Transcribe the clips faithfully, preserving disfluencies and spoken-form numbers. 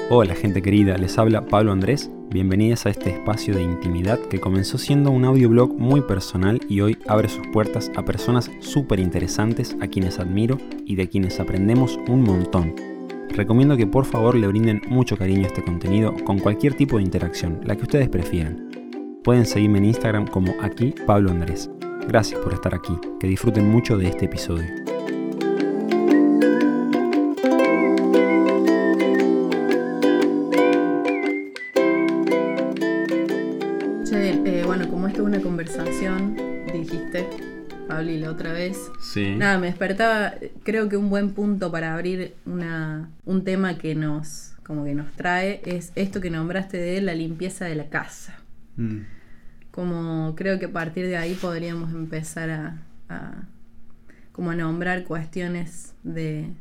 Hola gente querida, les habla Pablo Andrés, bienvenidas a este espacio de intimidad que comenzó siendo un audioblog muy personal y hoy abre sus puertas a personas súper interesantes a quienes admiro y de quienes aprendemos un montón. Recomiendo que por favor le brinden mucho cariño a este contenido con cualquier tipo de interacción, la que ustedes prefieran. Pueden seguirme en Instagram como aquí Pablo Andrés. Gracias por estar aquí, que disfruten mucho de este episodio. Una conversación, dijiste, Pablo, y la otra vez. Sí. Nada, me despertaba, creo que un buen punto para abrir una, un tema que nos, como que nos trae, es esto que nombraste de la limpieza de la casa. Mm. Como creo que a partir de ahí podríamos empezar a, a como a nombrar cuestiones de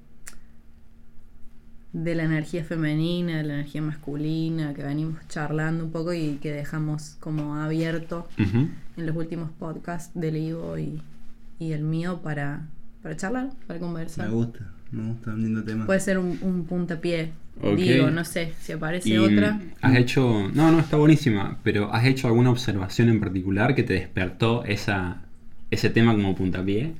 de la energía femenina, de la energía masculina, que venimos charlando un poco y que dejamos como abierto uh-huh. en los últimos podcasts del Ivo y, y el mío para, para charlar, para conversar. Me gusta, me gusta, un lindo tema. Puede ser un, un puntapié, okay. Digo, no sé, si aparece y otra. ¿Has hecho, no, no, está buenísima, pero has hecho alguna observación en particular que te despertó esa, ese tema como puntapié?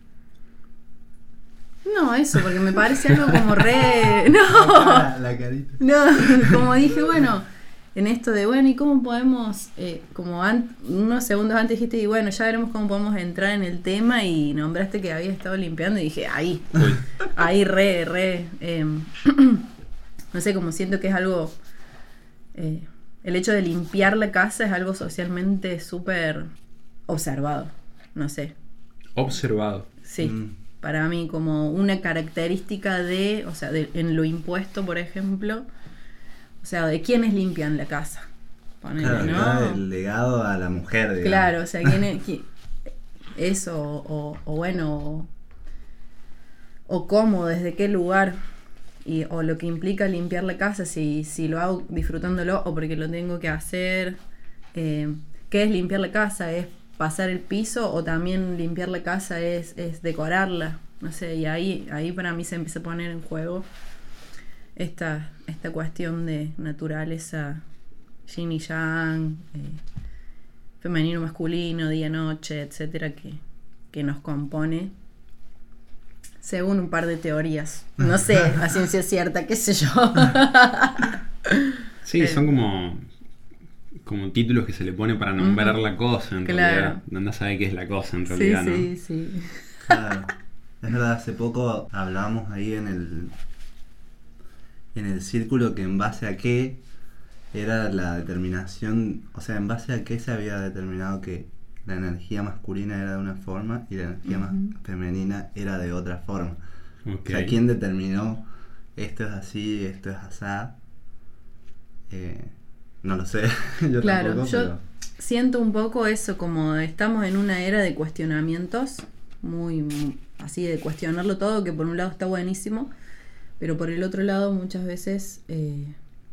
No, eso, porque me parece algo como re... No, la, la carita. No, como dije, bueno, en esto de, bueno, ¿y cómo podemos, eh, como an- unos segundos antes dijiste, y bueno, ya veremos cómo podemos entrar en el tema, y nombraste que había estado limpiando, y dije, ahí, Uy. ahí re, re, eh, no sé, como siento que es algo, eh, el hecho de limpiar la casa es algo socialmente súper observado, no sé. Observado. Sí. Mm. Para mí, como una característica de, o sea, de, en lo impuesto, por ejemplo, o sea, de quiénes limpian la casa. Ponele, claro, ¿no? El legado a la mujer, digamos. Claro, o sea, quién es, quién, eso, o, o bueno, o, o cómo, desde qué lugar, y, o lo que implica limpiar la casa, si, si lo hago disfrutándolo o porque lo tengo que hacer. Eh, ¿Qué es limpiar la casa? ¿Es pasar el piso o también limpiar la casa es, es decorarla? No sé, y ahí, ahí para mí se empieza a poner en juego esta, esta cuestión de naturaleza, yin y yang, eh, femenino, masculino, día, noche, etcétera, que, que nos compone según un par de teorías. No sé, a ciencia cierta, qué sé yo. Sí, eh. son como... como títulos que se le pone para nombrar uh-huh. la cosa, en claro. realidad. No sabe qué es la cosa, en realidad, sí, ¿no? Sí, sí, sí. Claro. Es verdad, hace poco hablábamos ahí en el en el círculo que en base a qué era la determinación, o sea, en base a qué se había determinado que la energía masculina era de una forma y la energía uh-huh. más femenina era de otra forma. Okay. O sea, ¿quién determinó esto es así, esto es asá? Eh... No lo sé, yo claro, tampoco, yo pero... siento un poco eso, como estamos en una era de cuestionamientos, muy, muy así de cuestionarlo todo, que por un lado está buenísimo, pero por el otro lado muchas veces, eh,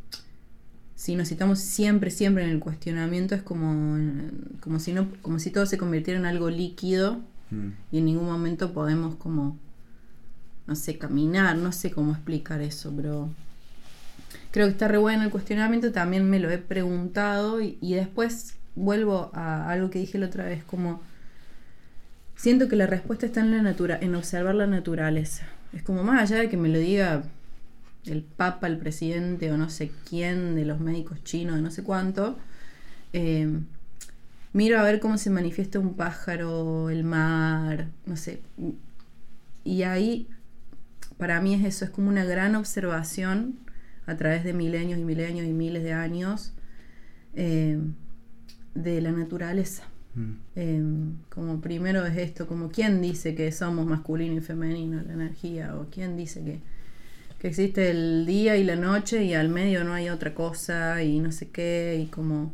si nos citamos siempre, siempre en el cuestionamiento, es como, como, si, no, como si todo se convirtiera en algo líquido mm. y en ningún momento podemos como, no sé, caminar, no sé cómo explicar eso, pero... Creo que está re bueno el cuestionamiento, también me lo he preguntado y, y después vuelvo a algo que dije la otra vez, como siento que la respuesta está en la natura, en observar la naturaleza. Es como más allá de que me lo diga el papa, el presidente o no sé quién de los médicos chinos, de no sé cuánto, eh, miro a ver cómo se manifiesta un pájaro, el mar, no sé. Y ahí, para mí es eso, es como una gran observación a través de milenios y milenios y miles de años eh, de la naturaleza. Mm. Eh, como primero es esto, como quién dice que somos masculino y femenino, la energía, o quién dice que, que existe el día y la noche y al medio no hay otra cosa y no sé qué, y como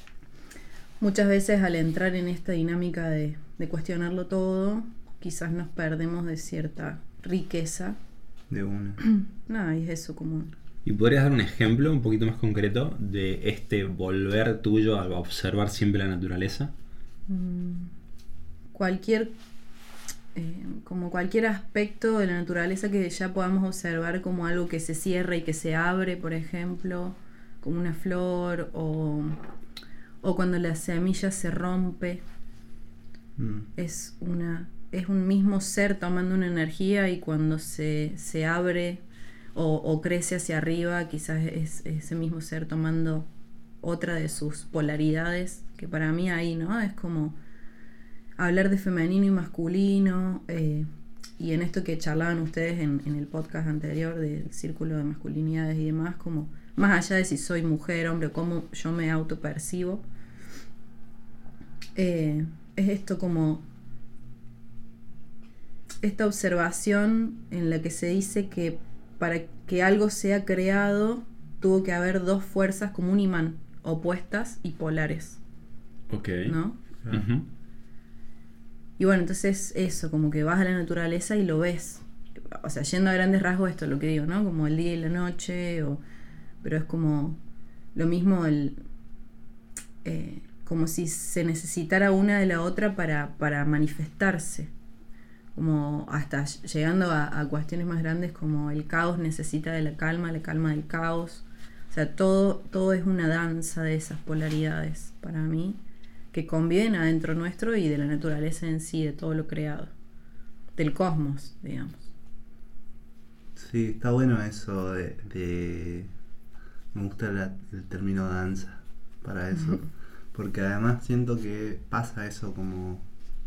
muchas veces al entrar en esta dinámica de, de cuestionarlo todo, quizás nos perdemos de cierta riqueza. De una. No, y es eso como... ¿Y podrías dar un ejemplo un poquito más concreto de este volver tuyo a observar siempre la naturaleza? Cualquier eh, como cualquier aspecto de la naturaleza que ya podamos observar como algo que se cierra y que se abre, por ejemplo, como una flor, o, o cuando la semilla se rompe, mm. es una es un mismo ser tomando una energía, y cuando se, se abre o, o crece hacia arriba, quizás es ese mismo ser tomando otra de sus polaridades, que para mí ahí, ¿no? Es como hablar de femenino y masculino, eh, y en esto que charlaban ustedes en, en el podcast anterior del círculo de masculinidades y demás, como más allá de si soy mujer, hombre, cómo yo me autopercibo, eh, es esto como esta observación en la que se dice que para que algo sea creado tuvo que haber dos fuerzas como un imán, opuestas y polares. Ok. ¿No? Uh-huh. Y bueno, entonces eso, como que vas a la naturaleza y lo ves. O sea, yendo a grandes rasgos, esto es lo que digo, ¿no? Como el día y la noche, o, pero es como lo mismo, el, eh, como si se necesitara una de la otra para, para manifestarse. Como hasta llegando a, a cuestiones más grandes, como el caos necesita de la calma, la calma del caos. O sea, todo, todo es una danza de esas polaridades para mí, que conviven adentro nuestro y de la naturaleza en sí, de todo lo creado, del cosmos, digamos. Sí, está bueno eso de... de... me gusta la, el término danza para eso, uh-huh. Porque además siento que pasa eso como...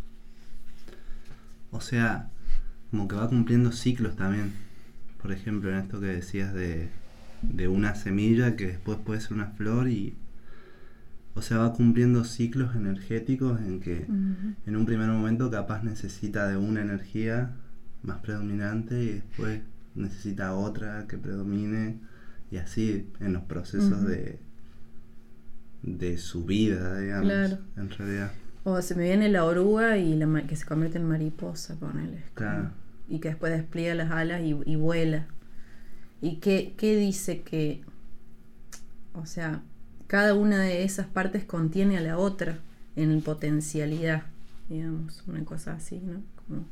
O sea, como que va cumpliendo ciclos también. Por ejemplo, en esto que decías de, de una semilla que después puede ser una flor y... O sea, va cumpliendo ciclos energéticos en que uh-huh. en un primer momento capaz necesita de una energía más predominante y después necesita otra que predomine, y así en los procesos uh-huh. de, de su vida, digamos, claro. En realidad. O se me viene la oruga y la que se convierte en mariposa, ponele. Claro. Y que después despliega las alas y, y vuela. ¿Y qué, qué dice que... O sea, cada una de esas partes contiene a la otra en potencialidad, digamos, una cosa así, ¿no? Como,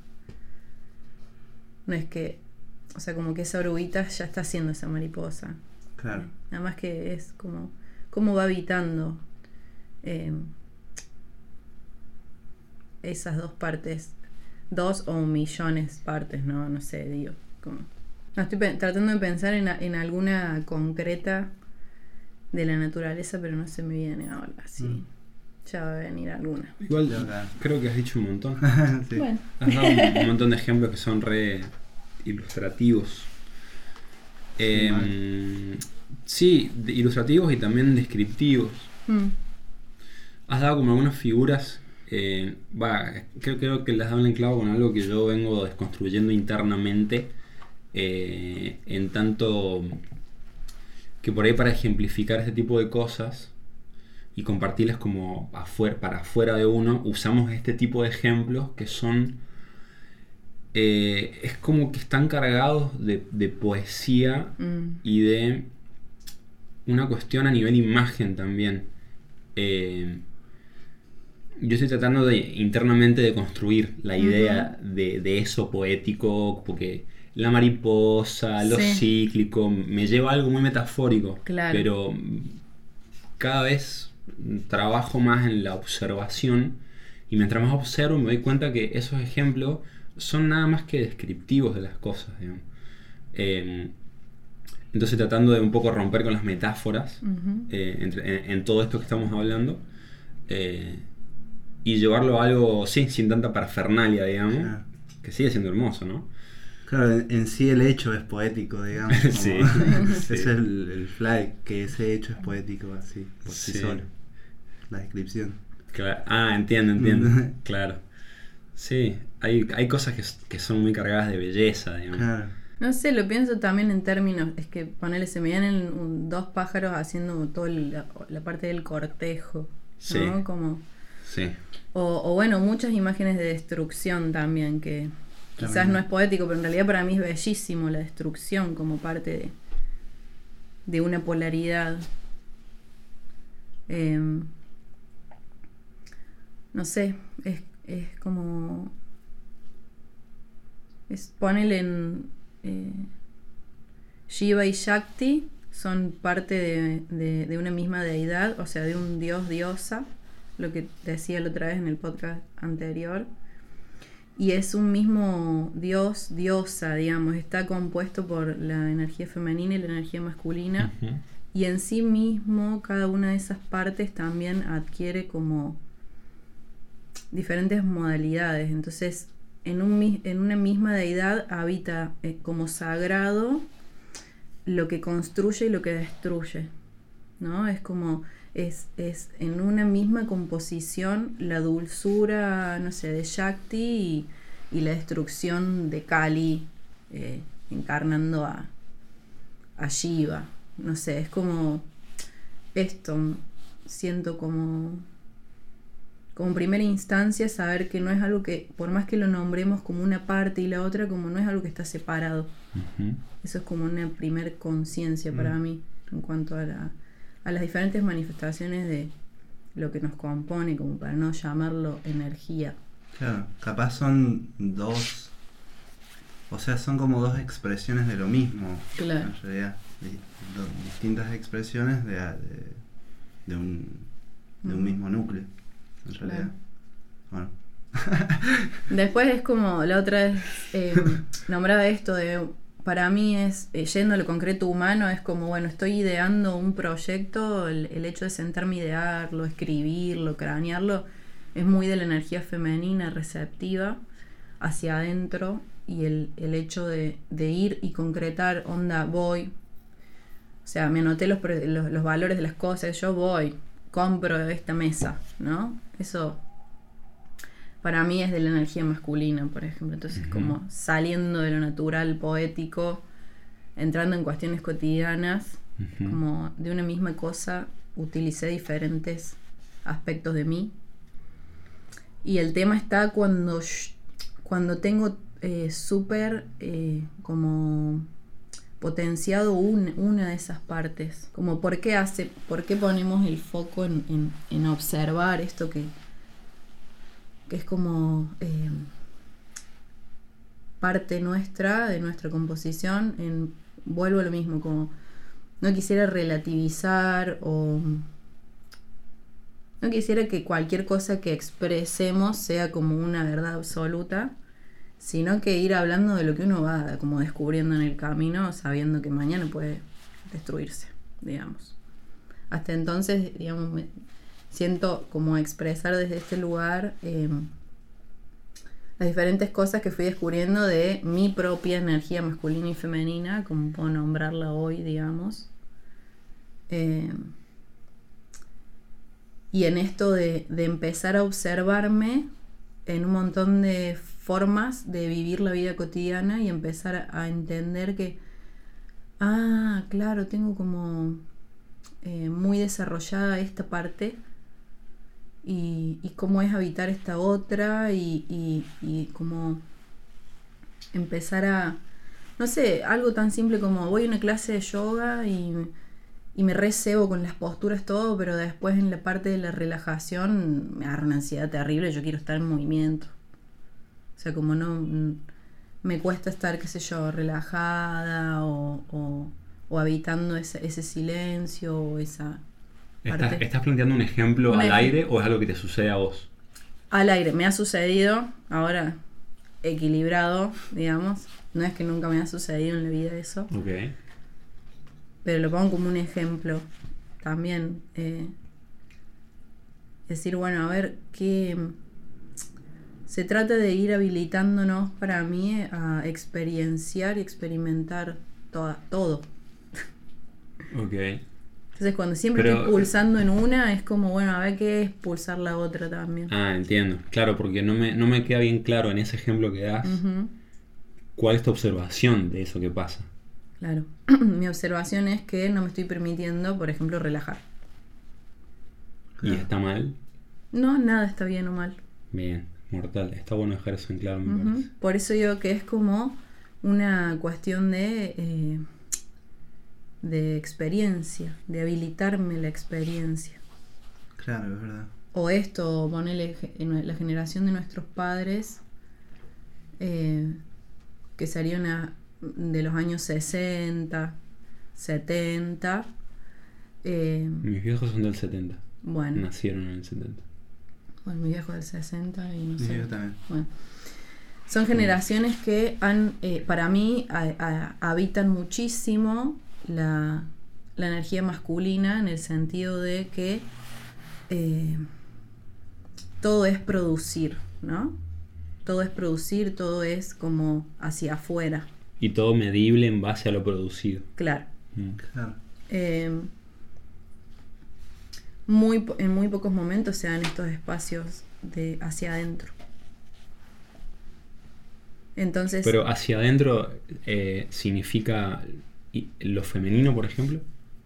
no es que... O sea, como que esa oruguita ya está haciendo esa mariposa. Claro. Nada más que es como... Cómo va habitando... Eh, esas dos partes, dos o millones partes, no no sé, digo, como, no, estoy pe- tratando de pensar en, en alguna concreta de la naturaleza, pero no se me viene ahora, así, mm. ya va a venir alguna. Igual creo que has dicho un montón. Sí. Bueno. Has dado un, un montón de ejemplos que son re ilustrativos. Eh, sí, de ilustrativos y también descriptivos. Mm. Has dado como algunas figuras. Eh, va, creo, creo que las dan en clavo con algo que yo vengo desconstruyendo internamente, eh, en tanto que por ahí, para ejemplificar este tipo de cosas y compartirlas como afuera, para afuera de uno, usamos este tipo de ejemplos que son eh, es como que están cargados de, de poesía mm. y de una cuestión a nivel imagen también. eh, Yo estoy tratando de internamente de construir la idea uh-huh. de, de eso poético, porque la mariposa, lo sí. cíclico, me lleva a algo muy metafórico, claro. Pero cada vez trabajo más en la observación, y mientras más observo me doy cuenta que esos ejemplos son nada más que descriptivos de las cosas, digamos. Eh, entonces, tratando de un poco romper con las metáforas uh-huh. eh, entre, en, en todo esto que estamos hablando, eh, y llevarlo a algo, sí, sin tanta parafernalia, digamos, claro. Que sigue siendo hermoso, ¿no? Claro, en, en sí el hecho es poético, digamos. Como, sí. Ese es el, el fly, que ese hecho es poético, así, por sí, sí solo. La descripción. Claro. Ah, entiendo, entiendo. Claro. Sí, hay, hay cosas que, que son muy cargadas de belleza, digamos. Claro. No sé, lo pienso también en términos, es que ponele, se me vienen un, dos pájaros haciendo toda la, la parte del cortejo, ¿no? Sí. Como... Sí. O, o bueno, muchas imágenes de destrucción también, que quizás también no es poético, pero en realidad para mí es bellísimo la destrucción como parte de, de una polaridad. Eh, no sé, es, es como... Es, ponele en eh, Shiva y Shakti son parte de, de, de una misma deidad, o sea, de un dios, diosa, lo que decía la otra vez en el podcast anterior. Y es un mismo dios, diosa, digamos, está compuesto por la energía femenina y la energía masculina. Uh-huh. Y en sí mismo, cada una de esas partes también adquiere como diferentes modalidades. Entonces, en, un, en una misma deidad habita eh, como sagrado lo que construye y lo que destruye, ¿no? Es como, es, es en una misma composición la dulzura, no sé, de Shakti y, y la destrucción de Kali, eh, encarnando a, a Shiva. No sé, es como esto, siento como, como primera instancia saber que no es algo que, por más que lo nombremos como una parte y la otra, como no es algo que está separado. Uh-huh. Eso es como una primer conciencia para uh-huh. mí en cuanto a, la, a las diferentes manifestaciones de lo que nos compone, como para no llamarlo energía. Claro, capaz son dos, o sea, son como dos expresiones de lo mismo. Claro. En realidad, distintas expresiones de, de, de, un, de un mismo núcleo, en realidad. Claro. Bueno. Después es como, la otra vez eh, nombraba esto de, para mí es, eh, yendo a lo concreto humano, es como, bueno, estoy ideando un proyecto, el, el hecho de sentarme a idearlo, escribirlo, cranearlo, es muy de la energía femenina, receptiva, hacia adentro, y el, el hecho de, de ir y concretar, onda, voy, o sea, me anoté los, los, los valores de las cosas, yo voy, compro esta mesa, ¿no? Eso para mí es de la energía masculina, por ejemplo. Entonces, uh-huh. como saliendo de lo natural, poético, entrando en cuestiones cotidianas, uh-huh. como de una misma cosa, utilicé diferentes aspectos de mí. Y el tema está cuando, cuando tengo eh, súper eh, como potenciado un, una de esas partes. Como por qué hace, por qué ponemos el foco en, en, en observar esto que, que es como eh, parte nuestra, de nuestra composición. En, vuelvo a lo mismo, como no quisiera relativizar o no quisiera que cualquier cosa que expresemos sea como una verdad absoluta, sino que ir hablando de lo que uno va como descubriendo en el camino, sabiendo que mañana puede destruirse, digamos. Hasta entonces, digamos, me siento como expresar desde este lugar eh, las diferentes cosas que fui descubriendo de mi propia energía masculina y femenina, como puedo nombrarla hoy, digamos. Eh, y en esto de, de empezar a observarme en un montón de formas de vivir la vida cotidiana y empezar a, a entender que, ah, claro, tengo como eh, muy desarrollada esta parte y, y cómo es habitar esta otra y, y, y como empezar a, no sé, algo tan simple como voy a una clase de yoga y, y me recebo con las posturas todo, pero después en la parte de la relajación me agarra una ansiedad terrible, yo quiero estar en movimiento. O sea, como no me cuesta estar, qué sé yo, relajada o, o, o habitando ese, ese silencio o esa parte. ¿Estás, ¿Estás planteando un ejemplo un al ej- aire o es algo que te sucede a vos? Al aire, me ha sucedido, ahora equilibrado, digamos. No es que nunca me ha sucedido en la vida eso. Ok. Pero lo pongo como un ejemplo también. Eh, decir, bueno, a ver, qué... Se trata de ir habilitándonos para mí a experienciar y experimentar toda, todo. Ok. Entonces cuando siempre Pero, estoy pulsando en una, es como, bueno, a ver qué es pulsar la otra también. Ah, entiendo. Claro, porque no me, no me queda bien claro en ese ejemplo que das, uh-huh. cuál es tu observación de eso que pasa. Claro. Mi observación es que no me estoy permitiendo, por ejemplo, relajar. ¿Y está mal? No, nada está bien o mal. Bien. Mortal, está bueno dejar eso en claro, me uh-huh. parece. Por eso digo que es como una cuestión de eh, de experiencia, de habilitarme la experiencia. Claro, es verdad. O esto, ponerle en la generación de nuestros padres, eh, que sería una de los años sesenta, setenta. Eh, Mis viejos son del setenta. Bueno. Nacieron en el setenta. Bueno, mi viejo del sesenta y no Sí, sé. yo también. Bueno. Son generaciones que han, eh, para mí, a, a, habitan muchísimo la, la energía masculina, en el sentido de que eh, todo es producir, ¿no? Todo es producir, todo es como hacia afuera. Y todo medible en base a lo producido. Claro. Mm. Claro. Eh, muy, po- en muy pocos momentos se dan estos espacios de hacia adentro. Entonces, Pero hacia adentro eh, significa y- lo femenino, por ejemplo.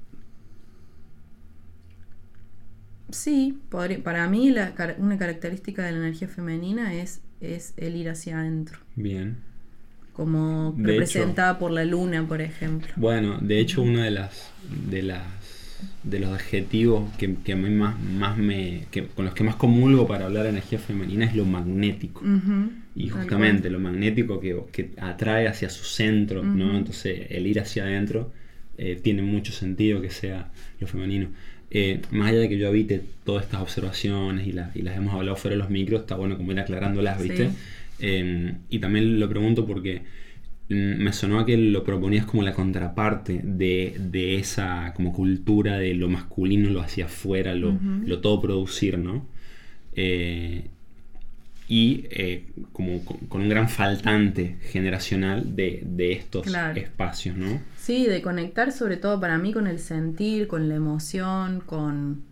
sí, podría- para mí la, car- una característica de la energía femenina es, es el ir hacia adentro, Bien. como De representada por la luna, por ejemplo. Bueno, de hecho uno de las de las de los adjetivos que, que a mí más, más me que, con los que más comulgo para hablar de energía femenina es lo magnético. Ujú, Y tal justamente cual. lo magnético que, que atrae hacia su centro, ¿no? Ujú. Entonces el ir hacia adentro eh, tiene mucho sentido que sea lo femenino. Eh, más allá de que yo habite todas estas observaciones y, la- y las hemos hablado fuera de los micros, está bueno como ir aclarándolas, ¿viste? Sí. Eh, y también lo pregunto porque mm, me sonó a que lo proponías como la contraparte de, de esa como cultura de lo masculino, lo hacia afuera, lo, Ujú. lo todo producir, ¿no? Eh, y eh, como con, con un gran faltante generacional de, de estos Claro. espacios, ¿no? Sí, de conectar sobre todo para mí con el sentir, con la emoción, con,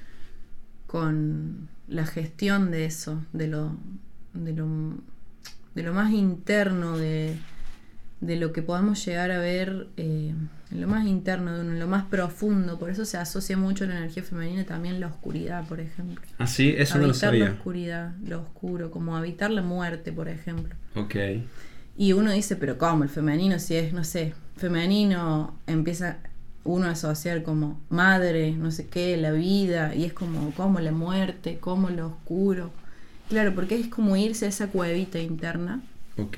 con la gestión de eso, de lo, de lo, de lo más interno, de, de lo que podamos llegar a ver eh, en lo más interno de uno, en lo más profundo. Por eso se asocia mucho a la energía femenina también la oscuridad, por ejemplo. Ah, sí, eso no lo Habitar la sabía. oscuridad, lo oscuro, como habitar la muerte, por ejemplo. Ok. Y uno dice, pero ¿cómo? El femenino, si es, no sé, femenino, empieza uno a asociar como madre, no sé qué, la vida, y es como, como la muerte, como lo oscuro. Claro, porque es como irse a esa cuevita interna. Ok.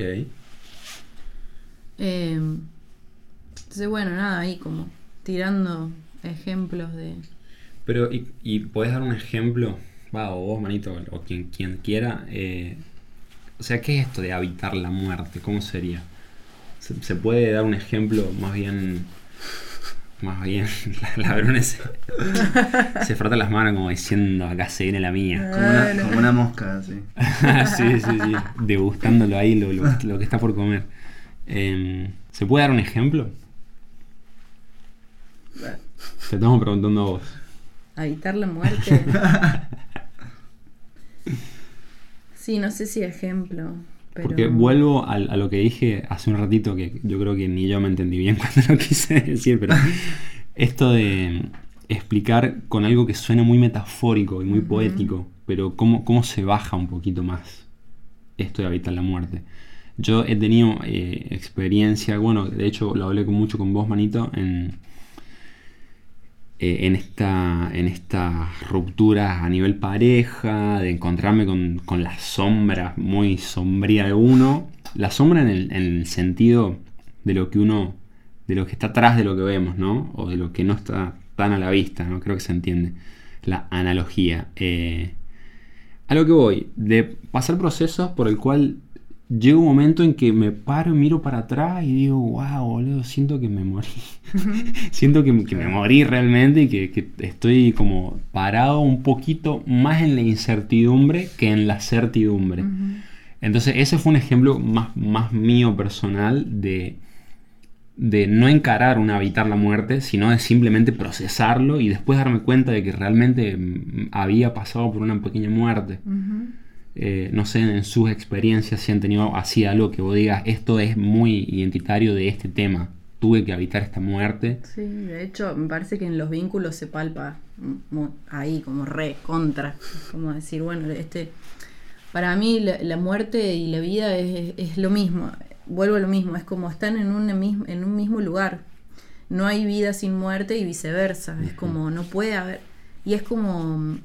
Eh, entonces, bueno, nada, ahí como tirando ejemplos de... Pero, ¿y, y podés dar un ejemplo? Va, o vos, manito, o quien, quien quiera. eh, o sea, ¿qué es esto de habitar la muerte? ¿Cómo sería? ¿Se, se puede dar un ejemplo más bien... Más bien, la, la Bruna se, se frota las manos como diciendo, acá se viene la mía. Como una, como una mosca, sí. Sí, sí, sí. Degustándolo ahí lo, lo, lo que está por comer. Eh, ¿Se puede dar un ejemplo? Te estamos preguntando a vos. Habitar la muerte. Sí, no sé si ejemplo, pero... Porque vuelvo a, a lo que dije hace un ratito, que yo creo que ni yo me entendí bien cuando lo quise decir, pero esto de explicar con algo que suena muy metafórico y muy Ujú. poético, pero cómo, cómo se baja un poquito más esto de habitar la muerte. Yo he tenido eh, experiencia, bueno, de hecho lo hablé con, mucho con vos, manito, en, eh, en, esta, en estas rupturas a nivel pareja, de encontrarme con, con la sombra muy sombría de uno. La sombra en el, en el sentido de lo que uno, de lo que está atrás de lo que vemos, ¿no? O de lo que no está tan a la vista, ¿no? Creo que se entiende la analogía. Eh, a lo que voy, de pasar procesos por el cual llega un momento en que me paro y miro para atrás y digo, wow, boludo, siento que me morí. Siento que, que me morí realmente y que, que estoy como parado un poquito más en la incertidumbre que en la certidumbre. Ujú. Entonces ese fue un ejemplo más, más mío personal de, de no encarar un habitar la muerte, sino de simplemente procesarlo y después darme cuenta de que realmente mm, había pasado por una pequeña muerte. Ujú. Eh, no sé, en sus experiencias si han tenido así algo que vos digas, esto es muy identitario de este tema, tuve que habitar esta muerte. Sí, de hecho, me parece que en los vínculos se palpa mu- ahí, como re, contra. Como decir, bueno, este para mí la, la muerte y la vida es, es lo mismo. Vuelvo a lo mismo, es como están en, una misma, en un mismo lugar. No hay vida sin muerte y viceversa. Es como, no puede haber. Y es como...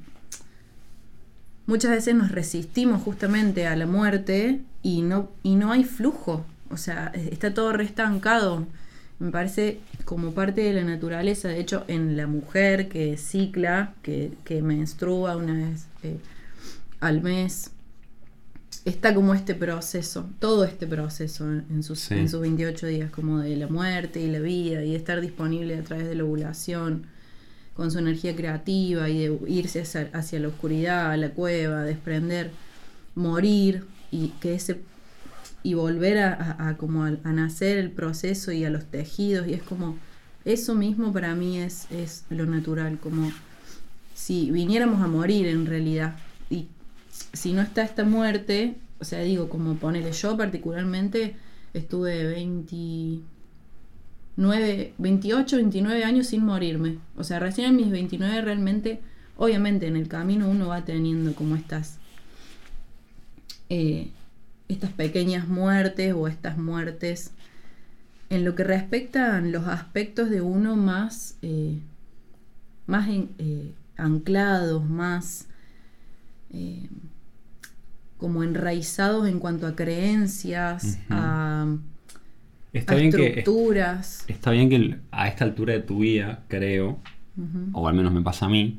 Muchas veces nos resistimos justamente a la muerte y no, y no hay flujo. o sea, está todo restancado. Me parece como parte de la naturaleza. De hecho, en la mujer que cicla, que, que menstrua una vez eh, al mes, está como este proceso, todo este proceso en, en, sus, sí. en sus veintiocho días, como de la muerte y la vida, y de estar disponible a través de la ovulación, con su energía creativa, y de irse hacia, hacia la oscuridad, a la cueva, desprender, morir, y que ese y volver a, a, a como a, a nacer el proceso y a los tejidos, y es como eso mismo para mí es, es lo natural, como si viniéramos a morir en realidad, y si no está esta muerte, o sea, digo, como ponele, yo particularmente estuve veintinueve, veintiocho, veintinueve años sin morirme, o sea, recién en mis veintinueve realmente, obviamente en el camino uno va teniendo como estas eh, estas pequeñas muertes o estas muertes en lo que respecta a los aspectos de uno más eh, más en, eh, anclados, más eh, como enraizados en cuanto a creencias, uh-huh. a, está a bien estructuras. Que, está bien que a esta altura de tu vida, creo, uh-huh. o al menos me pasa a mí,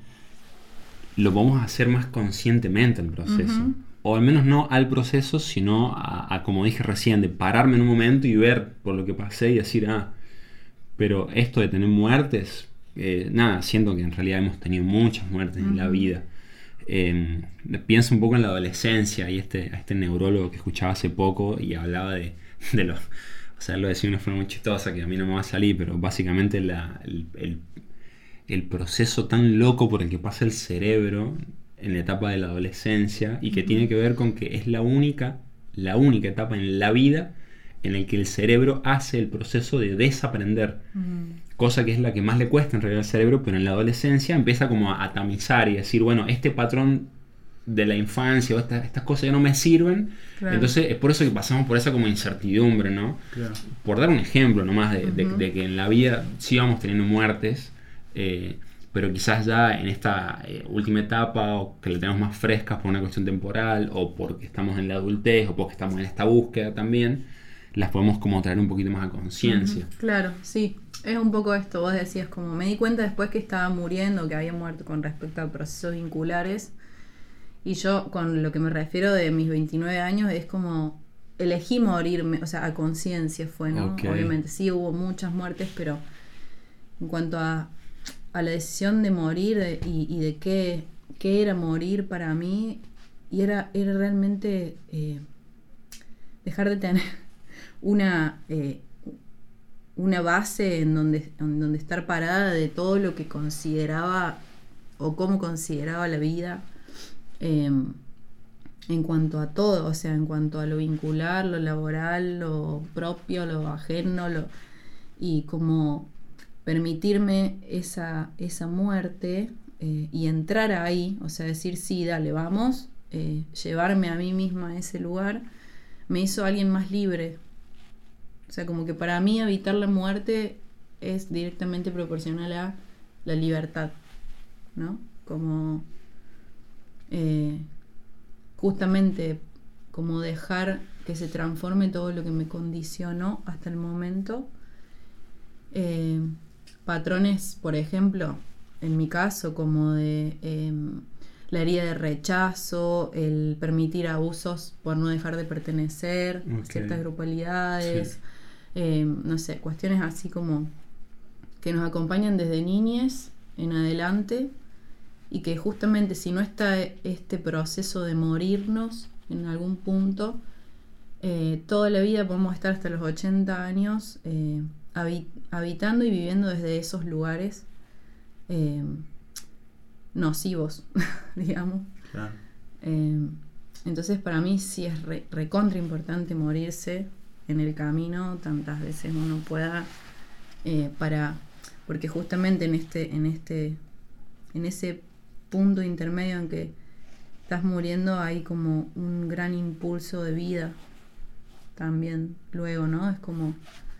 lo podemos hacer más conscientemente el proceso. Uh-huh. O al menos no al proceso, sino a, a, como dije recién, de pararme en un momento y ver por lo que pasé y decir, ah, pero esto de tener muertes, eh, nada, siento que en realidad hemos tenido muchas muertes uh-huh. en la vida. Eh, pienso un poco en la adolescencia y este, a este neurólogo que escuchaba hace poco y hablaba de, de los, o sea, lo decía de una forma muy chistosa que a mí no me va a salir, pero básicamente la, el, el, el proceso tan loco por el que pasa el cerebro en la etapa de la adolescencia y que uh-huh. tiene que ver con que es la única, la única etapa en la vida en la que el cerebro hace el proceso de desaprender, uh-huh. cosa que es la que más le cuesta en realidad al cerebro, pero en la adolescencia empieza como a, a tamizar y decir, bueno, este patrón de la infancia o esta, estas cosas ya no me sirven, claro. Entonces es por eso que pasamos por esa como incertidumbre, ¿no? Claro. Por dar un ejemplo nomás de, uh-huh. de, de que en la vida sí vamos teniendo muertes, eh, pero quizás ya en esta eh, última etapa, o que la tenemos más frescas por una cuestión temporal, o porque estamos en la adultez, o porque estamos en esta búsqueda también, las podemos como traer un poquito más a conciencia. Uh-huh. Claro, sí, es un poco esto, vos decías, como me di cuenta después que estaba muriendo, que había muerto con respecto a procesos vinculares, y yo con lo que me refiero de mis veintinueve años es como elegí morirme, o sea, a conciencia fue, ¿no? Okay. Obviamente sí hubo muchas muertes, pero en cuanto a a la decisión de morir de, y, y de qué, qué era morir para mí, y era, era realmente eh, dejar de tener una, eh, una base en donde, en donde estar parada de todo lo que consideraba o cómo consideraba la vida eh, en cuanto a todo, o sea, en cuanto a lo vincular, lo laboral, lo propio, lo ajeno, lo, y como permitirme esa, esa muerte eh, y entrar ahí, o sea, decir sí, dale, vamos, eh, llevarme a mí misma a ese lugar, me hizo alguien más libre. O sea, como que para mí evitar la muerte es directamente proporcional a la libertad, ¿no? Como eh, justamente como dejar que se transforme todo lo que me condicionó hasta el momento. Eh, patrones, por ejemplo, en mi caso, como de eh, la herida de rechazo, el permitir abusos por no dejar de pertenecer a okay. ciertas grupalidades, sí. eh, no sé, cuestiones así como que nos acompañan desde niñez en adelante, y que justamente si no está este proceso de morirnos en algún punto, eh, toda la vida podemos estar hasta los ochenta años eh, habitando y viviendo desde esos lugares eh, nocivos, digamos. Claro. Eh, entonces para mí sí es re, recontra importante morirse en el camino tantas veces uno pueda, eh, para porque justamente en este en este en ese punto intermedio en que estás muriendo hay como un gran impulso de vida también luego, ¿no? Es como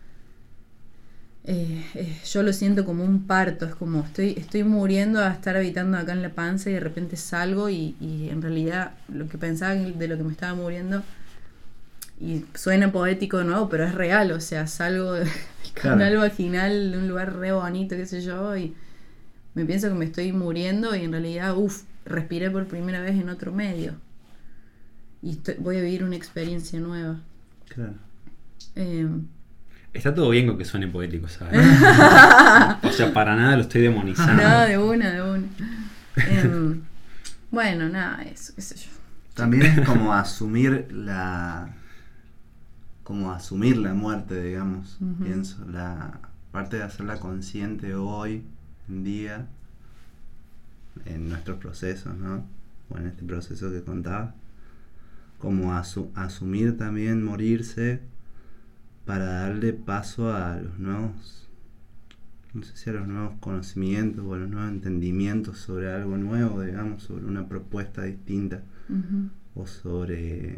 Eh, eh, yo lo siento como un parto, es como estoy, estoy muriendo a estar habitando acá en la panza y de repente salgo y, y en realidad lo que pensaba de lo que me estaba muriendo y suena poético de nuevo, pero es real, o sea, salgo del canal Claro. vaginal de un lugar re bonito, qué sé yo, y me pienso que me estoy muriendo y en realidad, uff, respiré por primera vez en otro medio. Y estoy- voy a vivir una experiencia nueva. Claro. Eh, Está todo bien con que suene poético, ¿sabes? O sea, para nada lo estoy demonizando. no, de una, de una. Eh, bueno, nada, eso, qué sé yo. También es como asumir la como asumir la muerte, digamos. Ujú. Pienso, la parte de hacerla consciente hoy en día en nuestros procesos, ¿no? O en este proceso que contaba, como asu- asumir también morirse para darle paso a los nuevos, no sé si a los nuevos conocimientos o a los nuevos entendimientos sobre algo nuevo, digamos, sobre una propuesta distinta. Ujú. O sobre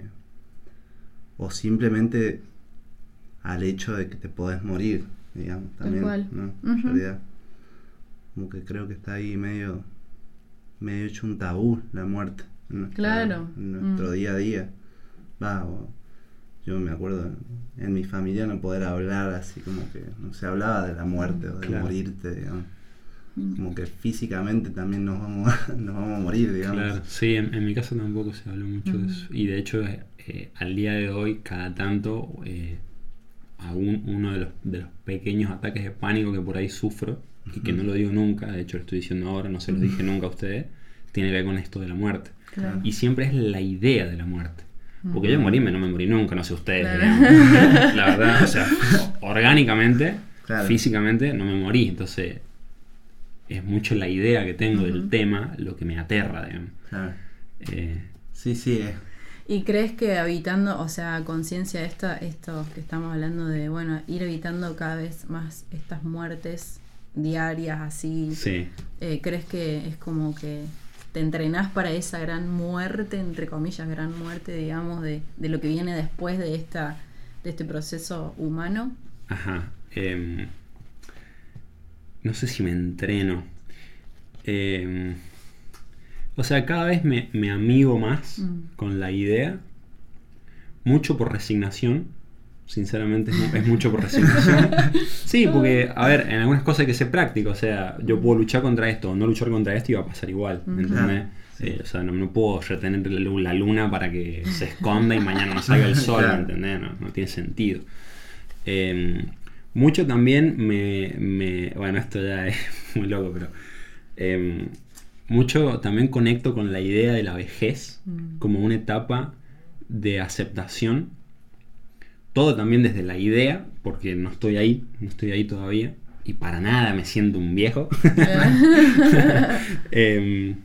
o simplemente al hecho de que te podés morir, digamos, Tal también, cual. ¿no? Ujú. En realidad, como que creo que está ahí medio medio hecho un tabú la muerte en nuestra- Claro. en nuestro Mm. día a día. Va, o- yo me acuerdo en mi familia no poder hablar así, como que no se hablaba de la muerte o de Claro. morirte, digamos. Mm. Como que físicamente también nos vamos a, nos vamos a morir, digamos. Claro, sí, en, en mi casa tampoco se habló mucho de Ujú. eso. Y de hecho, eh, al día de hoy, cada tanto, eh, aún uno de los, de los pequeños ataques de pánico que por ahí sufro, y que no lo digo nunca, de hecho lo estoy diciendo ahora, no se lo dije nunca a ustedes, tiene que ver con esto de la muerte. Claro. Y siempre es la idea de la muerte. Porque yo morirme no me morí nunca, no sé ustedes. Claro. digamos. La verdad, o sea, orgánicamente, Claro. físicamente, no me morí. Entonces, es mucho la idea que tengo del Ujú. tema lo que me aterra, digamos. Claro. Eh, Sí, sí, es. ¿Y crees que habitando, o sea, conciencia esta, esto que estamos hablando de, bueno, ir evitando cada vez más estas muertes diarias así, sí. eh, crees que es como que te entrenás para esa gran muerte, entre comillas, gran muerte, digamos, de, de lo que viene después de esta, de este proceso humano? Ajá. em, no sé si me entreno. Em, o sea, cada vez me, me amigo más Mm. con la idea. Mucho por resignación. Sinceramente es, mu- es mucho por resignación. Sí, porque, a ver, en algunas cosas hay que ser práctico. O sea, yo puedo luchar contra esto o no luchar contra esto y va a pasar igual. ¿Me Ujú. entendés? Sí. Eh, o sea, no, no puedo retener la, lu- la luna para que se esconda y mañana no salga el sol, Claro. ¿me entendés? No, no tiene sentido. Eh, mucho también me, me- Bueno, esto ya es muy loco, pero... eh, mucho también conecto con la idea de la vejez Mm. como una etapa de aceptación. Todo también desde la idea, porque no estoy ahí, no estoy ahí todavía. Y para nada me siento un viejo. Em,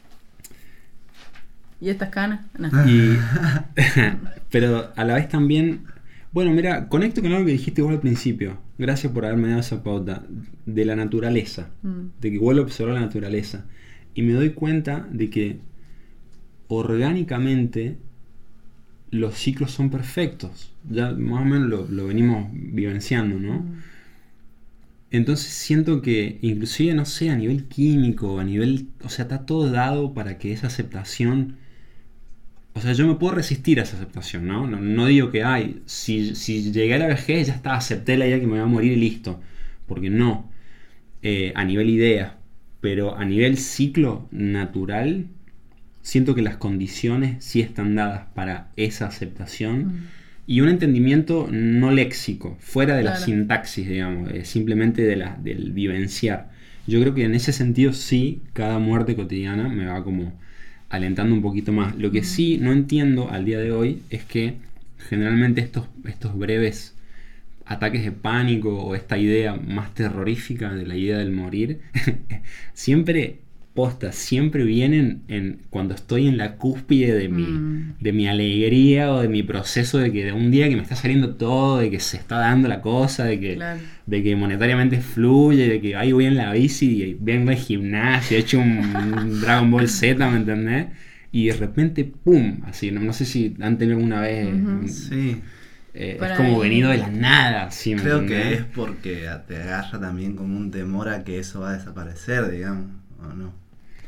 ¿Y estas canas? No. y, pero a la vez también, bueno, mira, conecto con algo que dijiste vos al principio. Gracias por haberme dado esa pauta. De la naturaleza. Mm. De que vuelvo a observar la naturaleza. Y me doy cuenta de que orgánicamente los ciclos son perfectos. Ya más o menos lo, lo venimos vivenciando, ¿no? Mm. Entonces siento que inclusive, no sé, a nivel químico, a nivel... O sea, está todo dado para que esa aceptación... O sea, yo me puedo resistir a esa aceptación, ¿no? No, no digo que, ay, si, si llegué a la vejez ya está, acepté la idea que me voy a morir y listo. Porque no. Eh, a nivel idea. Pero a nivel ciclo natural, siento que las condiciones sí están dadas para esa aceptación. Mm. Y un entendimiento no léxico, fuera de la Claro. sintaxis, digamos, eh, simplemente de la, del vivenciar. Yo creo que en ese sentido sí, cada muerte cotidiana me va como alentando un poquito más. Lo que sí no entiendo al día de hoy es que generalmente estos, estos breves ataques de pánico o esta idea más terrorífica de la idea del morir, siempre... posta, siempre vienen en, cuando estoy en la cúspide de mi, Mm. de mi alegría o de mi proceso de que de un día que me está saliendo todo, de que se está dando la cosa, de que, Claro. de que monetariamente fluye, de que ahí voy en la bici y vengo al gimnasio, he hecho un Dragon Ball Z, ¿me entendés? Y de repente, ¡pum! Así, no, no sé si han tenido alguna vez... Ujú. Sí. eh, Para es como mí- venido de la nada, así, ¿me Creo entendés? que es porque te agarra también como un temor a que eso va a desaparecer, digamos, ¿o no?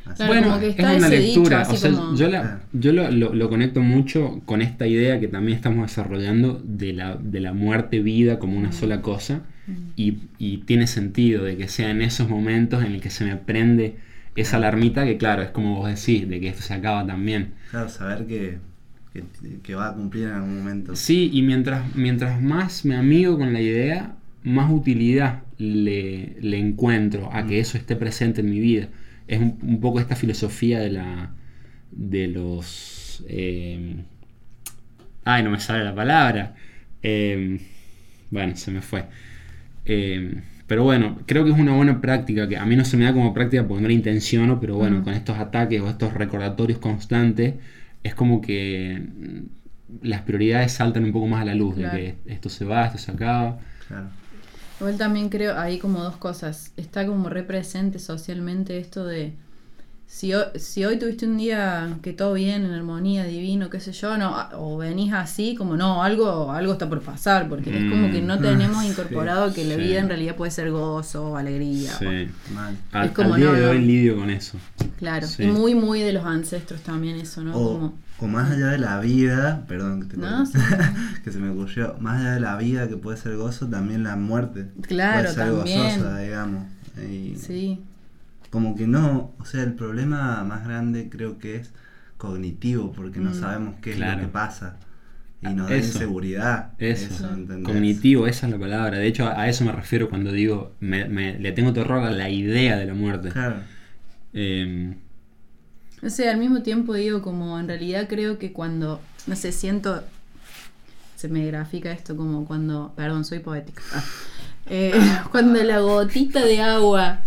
Así. Claro, Bueno, como que es está una ese dicho, lectura. así O sea, como- yo, la, yo lo, lo- lo conecto mucho con esta idea que también estamos desarrollando de la, de la muerte-vida como una sola cosa. Y, y tiene sentido de que sea en esos momentos en el que se me prende esa alarmita que, claro, es como vos decís, de que esto se acaba también. Claro, saber que, que, que va a cumplir en algún momento. Sí, y mientras, mientras más me amigo con la idea, más utilidad le, le encuentro a que eso esté presente en mi vida. Es un, un poco esta filosofía de la de los eh, ay, no me sale la palabra. Eh, bueno, se me fue. Eh, pero bueno, creo que es una buena práctica, que a mí no se me da como práctica porque no la intenciono, pero bueno, Mm. con estos ataques o estos recordatorios constantes, es como que las prioridades saltan un poco más a la luz, Claro. de que esto se va, esto se acaba. Claro. Igual también creo, hay como dos cosas. Está como represente socialmente esto de si hoy, si hoy tuviste un día que todo bien, en armonía, divino, qué sé yo, no, o venís así, como no, algo, algo está por pasar, porque es como que no tenemos Sí, incorporado que la sí. vida en realidad puede ser gozo, alegría. Sí. o- Mal. Al, Es como al día no, de no. hoy lidio con eso. claro, Sí. y muy, muy de los ancestros también eso, ¿no? O, Como, o más allá de la vida, perdón que, te No, corté, que se me ocurrió, más allá de la vida que puede ser gozo, también la muerte Claro, puede ser también. gozosa, digamos. Y sí, como que no, o sea, el problema más grande creo que es cognitivo, porque no Mm. sabemos qué es Claro. lo que pasa. Y nos da Eso. inseguridad. Eso, ¿entendés? cognitivo, esa es la palabra. De hecho, a, a eso me refiero cuando digo, me, me- le tengo terror a la idea de la muerte. Claro. Eh, no sé, al mismo tiempo digo como en realidad creo que cuando, no sé, siento, se me grafica esto como cuando, perdón, soy poética. Ah. Eh, cuando la gotita de agua,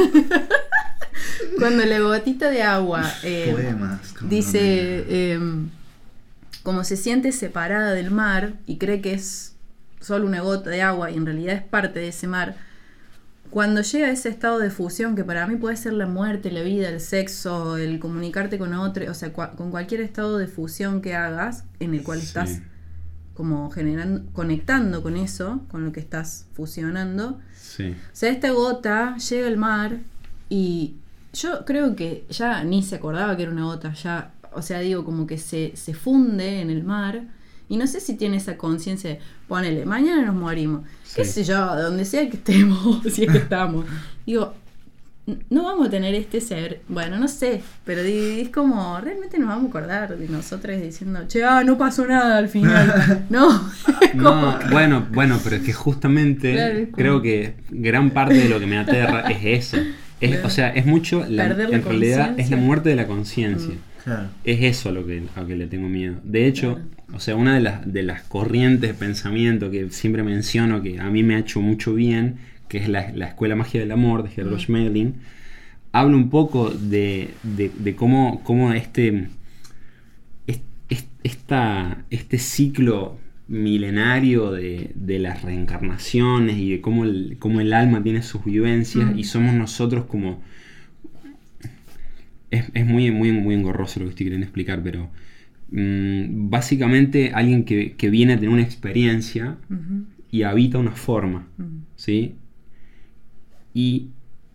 cuando la gotita de agua eh, Poemas. como dice, nombre. eh, como se siente separada del mar y cree que es solo una gota de agua y en realidad es parte de ese mar, cuando llega a ese estado de fusión, que para mí puede ser la muerte, la vida, el sexo, el comunicarte con otro, o sea, cua- con cualquier estado de fusión que hagas, en el cual Sí. estás como generando, conectando con eso, con lo que estás fusionando. sí. O sea, esta gota llega al mar y yo creo que ya ni se acordaba que era una gota, ya, o sea, digo, como que se, se funde en el mar y no sé si tiene esa conciencia de, ponele, mañana nos morimos, qué Sí. sé yo, de donde sea que estemos, si es que estamos. Digo, n- no vamos a tener este ser, bueno, no sé, pero di- es como, realmente nos vamos a acordar de nosotras diciendo, che, ah, no pasó nada al final. No, No, bueno, bueno, pero es que justamente Claro, es como- creo que gran parte de lo que me aterra es eso. Es, Claro. O sea, es mucho, la- Perder la en realidad es conciencia. la muerte de la conciencia. Claro. Es eso a lo que, a que le tengo miedo. De hecho, Claro. o sea, una de las, de las corrientes de pensamiento que siempre menciono que a mí me ha hecho mucho bien, que es la, la Escuela Magia del Amor de Gerard Schmeling, habla un poco de, de, de cómo, cómo este, es- es- esta, este ciclo milenario de, de las reencarnaciones y de cómo el, cómo el alma tiene sus vivencias Mm. y somos nosotros como... Es, es muy, muy, muy engorroso lo que estoy queriendo explicar, pero mm, básicamente alguien que, que viene a tener una experiencia Ujú, y habita una forma, ujú. ¿sí? Y,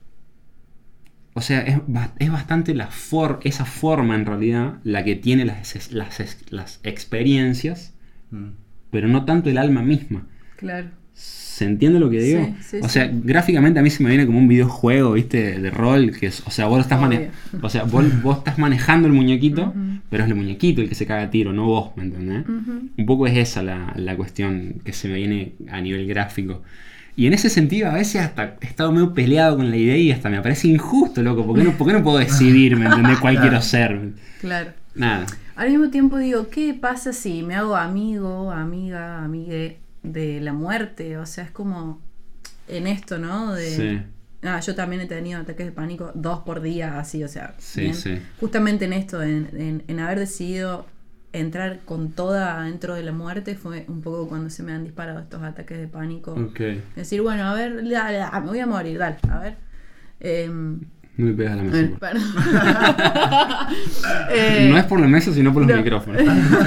o sea, es, ba- es bastante la for- esa forma en realidad la que tiene las, es- las, es- las experiencias, Mm. pero no tanto el alma misma. Claro. ¿Se entiende lo que digo? Sí, sí, o sea, sí. gráficamente a mí se me viene como un videojuego, ¿viste? De rol, que es, o sea, vos lo estás, mane- Obvio. o sea, vos, vos estás manejando el muñequito, Ujú. pero es el muñequito el que se caga a tiro, no vos, ¿me entendés? Ujú. Un poco es esa la, la cuestión que se me viene a nivel gráfico. Y en ese sentido, a veces hasta he estado medio peleado con la idea y hasta me parece injusto, loco. ¿Por qué no, por qué no puedo decidir, ¿me entendés? ¿Cuál quiero ser? Claro. Nada. Al mismo tiempo digo, ¿qué pasa si me hago amigo, amiga, amigue de la muerte? O sea, es como en esto, ¿no? De, Sí. Ah, yo también he tenido ataques de pánico dos por día, así, o sea, Sí, bien. sí. Justamente en esto, en, en, en haber decidido entrar con toda dentro de la muerte, fue un poco cuando se me han disparado estos ataques de pánico. Ok. Decir, bueno, a ver, dale, dale, me voy a morir, dale, a ver. Em, No me pegas a la a mesa. ver, por perdón. Eh, No es por la mesa, sino por los no. micrófonos.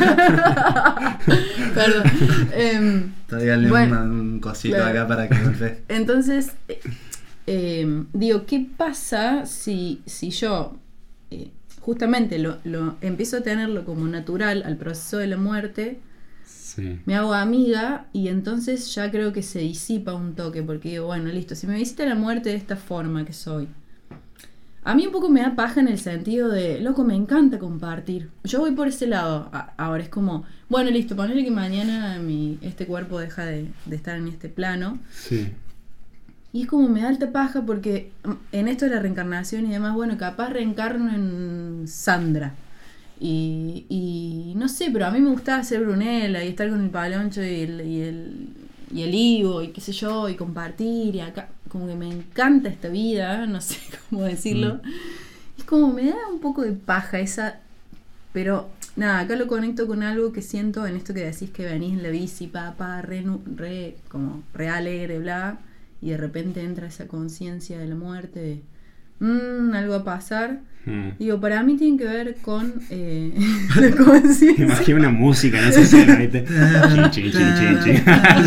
Perdón. Em, Tráigale Bueno, una- un cosito claro. acá para que golpee. entonces, eh, em, digo, ¿qué pasa si, si yo eh, justamente lo, lo empiezo a tenerlo como natural al proceso de la muerte, sí. me hago amiga y entonces ya creo que se disipa un toque, porque digo, bueno, listo, si me visita la muerte de esta forma que soy, a mí un poco me da paja en el sentido de, loco, me encanta compartir. Yo voy por ese lado. A- ahora es como, bueno, listo, ponele que mañana mi, este cuerpo deja de, de estar en este plano. Sí. Y es como me da alta paja porque en esto de la reencarnación y demás, bueno, capaz reencarno en Sandra. Y, y no sé, pero a mí me gustaba ser Brunella y estar con el Paloncho y el, y el, y el Ivo y qué sé yo, y compartir y acá. Como que me encanta esta vida, no sé cómo decirlo. Mm. Es como me da un poco de paja esa. Pero nada, acá lo conecto con algo que siento en esto que decís que venís en la bici, papá, re, re, como re alegre, bla. Y de repente entra esa conciencia de la muerte, de mmm, algo va a pasar. Mm. Digo, para mí tiene que ver con eh, la conciencia. Imagina una música en esa escena, ¿viste? Chin, chin, chin, chin,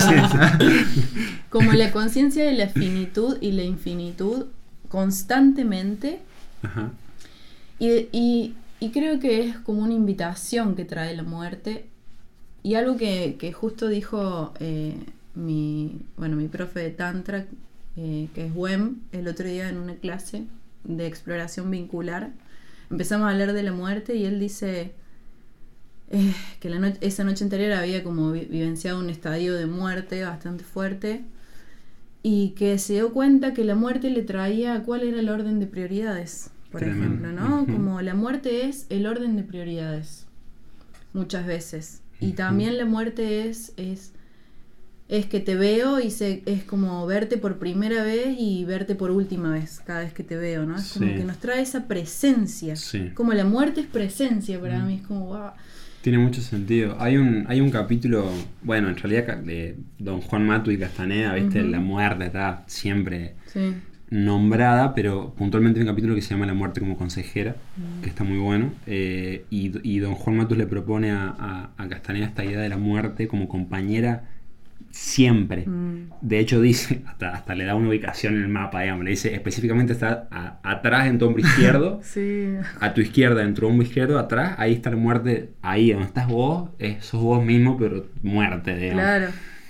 chin. Como la conciencia de la finitud y la infinitud constantemente. Ajá. Y, y, y creo que es como una invitación que trae la muerte. Y algo que, que justo dijo eh, mi, bueno, mi profe de Tantra, eh, que es Wem, el otro día en una clase de exploración vincular. Empezamos a hablar de la muerte y él dice eh, que la no- esa noche anterior había como vi- vivenciado un estadio de muerte bastante fuerte y que se dio cuenta que la muerte le traía cuál era el orden de prioridades, por Tremendo. ejemplo, ¿no? Uh-huh. Como la muerte es el orden de prioridades muchas veces. Y Uh-huh. también la muerte es, es es que te veo y se, es como verte por primera vez y verte por última vez cada vez que te veo, ¿no? Es como Sí. que nos trae esa presencia. Sí. Como la muerte es presencia para Mm. mí, es como wow. Tiene mucho sentido. Hay un, hay un capítulo, bueno, en realidad de Don Juan Matu y Castaneda, ¿viste? Uh-huh. La muerte está siempre Sí. nombrada, pero puntualmente hay un capítulo que se llama La muerte como consejera, Mm. que está muy bueno. Eh, y, y Don Juan Matus le propone a, a, a Castaneda esta idea de la muerte como compañera siempre. Mm. De hecho dice, hasta, hasta le da una ubicación en el mapa, digamos, le dice específicamente está a- atrás en tu hombro izquierdo, Sí. a tu izquierda en tu hombro izquierdo, atrás, ahí está la muerte, ahí donde estás vos, es, sos vos mismo, pero muerte, digamos. Claro.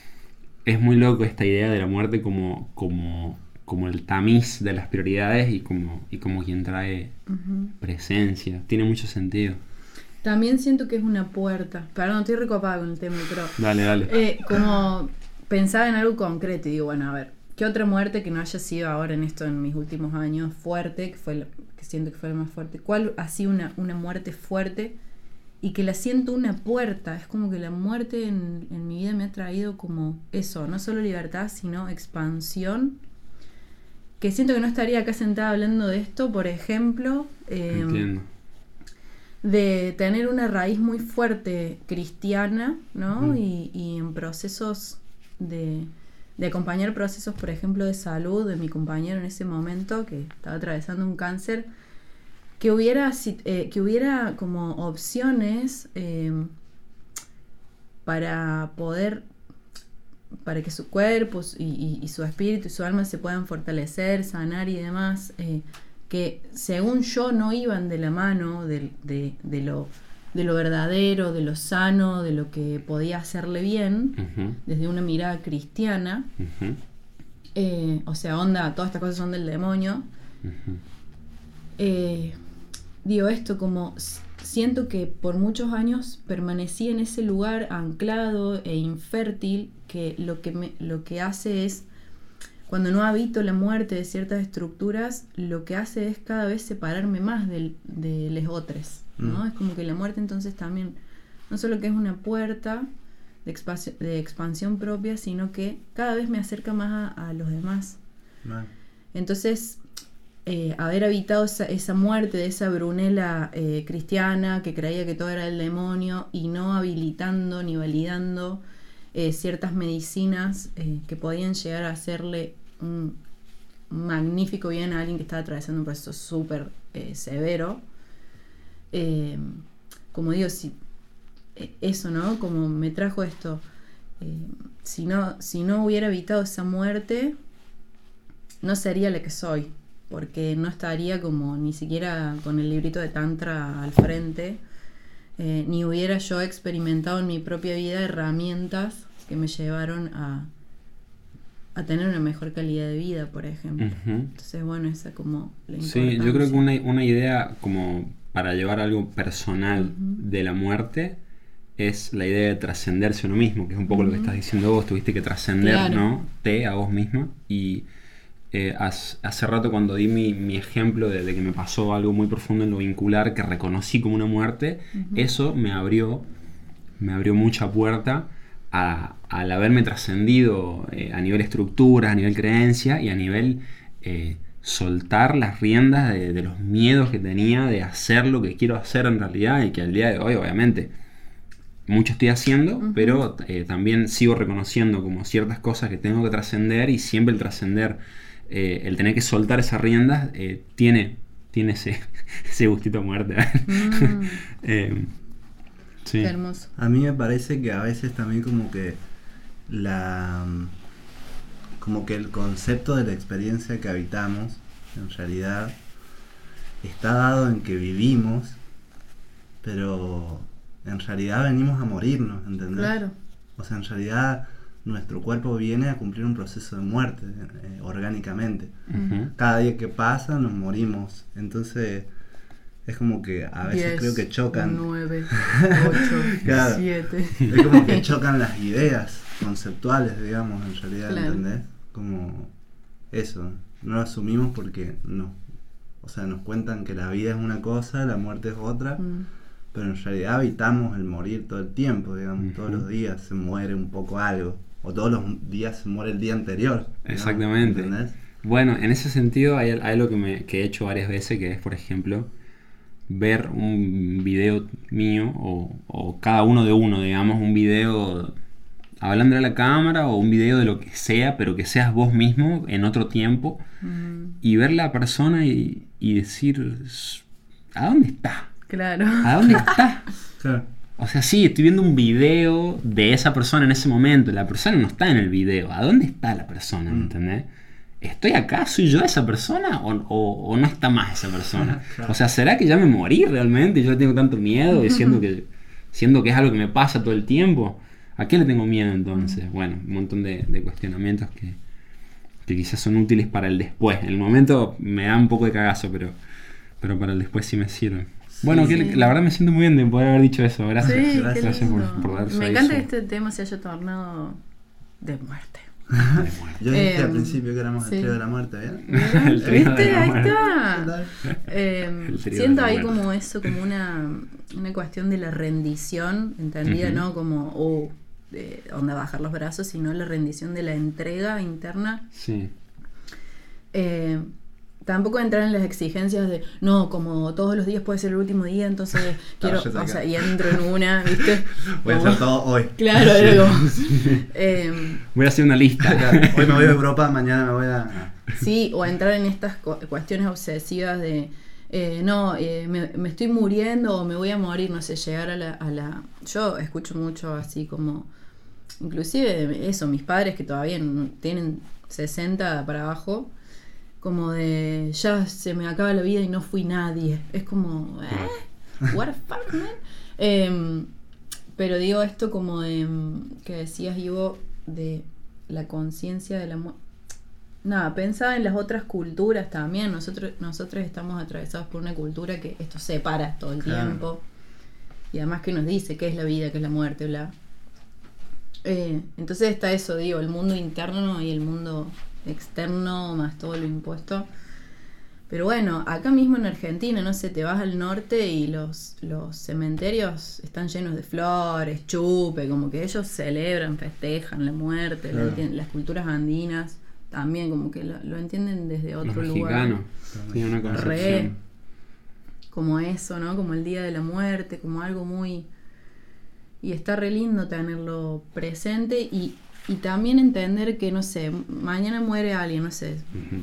Es muy loco esta idea de la muerte como, como, como el tamiz de las prioridades y como, y como quien trae Uh-huh. presencia. Tiene mucho sentido. También siento que es una puerta. Perdón, estoy recopada con el tema, pero Dale, dale. eh, como pensaba en algo concreto y digo, bueno, a ver, ¿qué otra muerte que no haya sido ahora en esto, en mis últimos años, fuerte, que fue la, que siento que fue la más fuerte? ¿Cuál ha sido una, una muerte fuerte y que la siento una puerta? Es como que la muerte en, en mi vida me ha traído como eso, no solo libertad, sino expansión. Que siento que no estaría acá sentada hablando de esto, por ejemplo. Eh, Entiendo. de tener una raíz muy fuerte cristiana, ¿no? Uh-huh. Y, y en procesos de, de acompañar procesos, por ejemplo, de salud de mi compañero en ese momento, que estaba atravesando un cáncer, que hubiera, eh, que hubiera como opciones eh, para poder, para que su cuerpo y, y, y su espíritu y su alma se puedan fortalecer, sanar y demás, eh, que según yo no iban de la mano de, de, de, lo, de lo verdadero, de lo sano, de lo que podía hacerle bien, Uh-huh. desde una mirada cristiana. Uh-huh. Eh, o sea, onda, todas estas cosas son del demonio. Uh-huh. Eh, digo esto como siento que por muchos años permanecí en ese lugar anclado e infértil, que lo que, me, lo que hace es, cuando no habito la muerte de ciertas estructuras, lo que hace es cada vez separarme más de, de les otros, ¿no? Mm. Es como que la muerte entonces también, no solo que es una puerta de, expansión, de expansión propia, sino que cada vez me acerca más a, a los demás. Vale. Entonces, eh, haber habitado esa, esa muerte de esa Brunella eh, cristiana que creía que todo era el demonio y no habilitando ni validando Eh, ciertas medicinas eh, que podían llegar a hacerle un, un magnífico bien a alguien que estaba atravesando un proceso súper eh, severo. Eh, como digo, si, eh, eso, ¿no? Como me trajo esto. Eh, si no, si no hubiera evitado esa muerte, no sería la que soy. porque no estaría como ni siquiera con el librito de Tantra al frente, eh, ni hubiera yo experimentado en mi propia vida herramientas que me llevaron a, a tener una mejor calidad de vida, por ejemplo. Uh-huh. Entonces, bueno, esa como la importancia. Sí, yo creo que una, una idea como para llevar algo personal uh-huh. de la muerte es la idea de trascenderse uno mismo, que es un poco uh-huh. lo que estás diciendo vos, tuviste que trascender, claro. ¿no? Te a vos misma. Y eh, hace, hace rato cuando di mi, mi ejemplo de, de que me pasó algo muy profundo en lo vincular, que reconocí como una muerte, uh-huh. eso me abrió, me abrió mucha puerta a, al haberme trascendido eh, a nivel estructuras, a nivel creencia y a nivel eh, soltar las riendas de, de los miedos que tenía de hacer lo que quiero hacer en realidad, y que al día de hoy obviamente mucho estoy haciendo, uh-huh. pero eh, también sigo reconociendo como ciertas cosas que tengo que trascender, y siempre el trascender, eh, el tener que soltar esas riendas, eh, tiene, tiene ese, ese gustito a muerte. Mm. eh, sí. Qué hermoso. A mí me parece que a veces también como que la como que el concepto de la experiencia que habitamos en realidad está dado en que vivimos, pero en realidad venimos a morirnos, ¿entendés? Claro. O sea, en realidad nuestro cuerpo viene a cumplir un proceso de muerte eh, orgánicamente. Uh-huh. Cada día que pasa nos morimos. Entonces es como que a veces diez, creo que chocan. nueve, ocho, claro. siete. Es como que chocan las ideas conceptuales, digamos, en realidad, claro. ¿entendés? Como eso. No lo asumimos porque no. O sea, nos cuentan que la vida es una cosa, la muerte es otra. Mm. Pero en realidad habitamos el morir todo el tiempo, digamos, uh-huh. todos los días se muere un poco algo, o todos los días se muere el día anterior. Exactamente. ¿Entendés? Bueno, en ese sentido hay, hay algo que, me, que he hecho varias veces, que es, por ejemplo, ver un video mío, o, o cada uno de uno, digamos, un video hablando a la cámara, o un video de lo que sea, pero que seas vos mismo en otro tiempo, uh-huh. y ver la persona y, y decir, ¿a dónde está? Claro. ¿A dónde está? Claro. O sea, sí, estoy viendo un video de esa persona en ese momento. La persona no está en el video. ¿A dónde está la persona? ¿Me entendés? ¿Estoy acá? ¿Soy yo esa persona? ¿O, o, o no está más esa persona? Claro. O sea, ¿será que ya me morí realmente? Yo tengo tanto miedo diciendo que, siendo que es algo que me pasa todo el tiempo. ¿A qué le tengo miedo entonces? Bueno, un montón de, de cuestionamientos que, que quizás son útiles para el después. En el momento me da un poco de cagazo, pero, pero para el después sí me sirven. Bueno, sí, que sí. La verdad me siento muy bien de poder haber dicho eso. Gracias, sí, gracias, gracias por, por dar Me encanta que este tema se haya tornado de muerte. De muerte. Yo dije eh, al principio que éramos sí. el trío de la muerte, ¿bien? El trío ¿Viste? De la ahí muerte. Está. Eh, siento ahí muerte. Como eso, como una, una cuestión de la rendición, entendida, uh-huh. no como, oh, de onda bajar los brazos, sino la rendición de la entrega interna. Sí. Eh, Tampoco entrar en las exigencias de no, como todos los días puede ser el último día, entonces quiero, no, o sea, y entro en una, ¿viste? Voy como, a hacer todo hoy. Claro, sí. era como, eh, voy a hacer una lista. Claro, hoy me voy a Europa, mañana me voy a... Sí, o entrar en estas cu- cuestiones obsesivas de eh, no, eh, me, me estoy muriendo o me voy a morir, no sé, llegar a la, a la... Yo escucho mucho así como, inclusive eso, mis padres que todavía no, tienen sesenta para abajo, como de, ya se me acaba la vida y no fui nadie. Es como, ¿eh? What the fuck, man? Eh, pero digo esto como de, que decías, Ivo, de la conciencia de la muerte. Nada, pensaba en las otras culturas también. Nosotros nosotros estamos atravesados por una cultura que esto separa todo el claro. tiempo. Y además que nos dice qué es la vida, qué es la muerte, bla. Eh, entonces está eso, digo, el mundo interno y el mundo externo más todo lo impuesto. Pero bueno, acá mismo en Argentina, no sé, te vas al norte y los, los cementerios están llenos de flores, chupe, como que ellos celebran, festejan la muerte, claro. la, las culturas andinas también como que lo, lo entienden desde otro los lugar. Los tiene una concepción. Re, como eso, ¿no? Como el día de la muerte, como algo muy... Y está re lindo tenerlo presente y Y también entender que, no sé, mañana muere alguien, no sé. Uh-huh.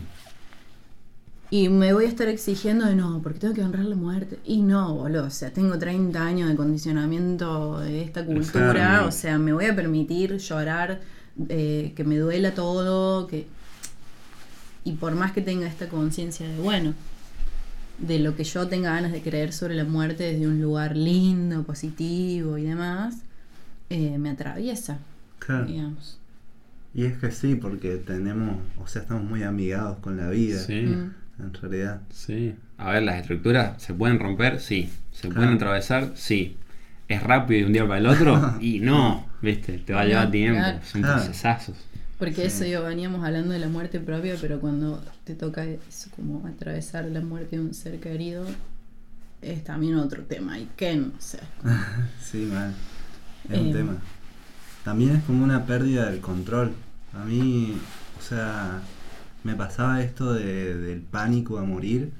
Y me voy a estar exigiendo de no, porque tengo que honrar la muerte. Y no, boludo, o sea, tengo treinta años de condicionamiento de esta cultura. Claro. O sea, me voy a permitir llorar, eh, que me duela todo, que... y por más que tenga esta conciencia de, bueno, de lo que yo tenga ganas de creer sobre la muerte desde un lugar lindo, positivo y demás, eh, me atraviesa, Claro. digamos. Y es que sí, porque tenemos, o sea, estamos muy amigados con la vida, Sí, Mm. en realidad. sí. A ver, las estructuras se pueden romper, sí. Se Claro. pueden atravesar, sí. ¿Es rápido de un día para el otro? Y no, ¿viste? Te va a llevar No, tiempo. claro. Son Claro. procesazos. Porque Sí. eso, digo, veníamos hablando de la muerte propia, pero cuando te toca eso, como atravesar la muerte de un ser querido, es también otro tema. Y que no sé. Sí, mal. Es un Eh. tema. También es como una pérdida del control. A mí, o sea, me pasaba esto de, del pánico a morir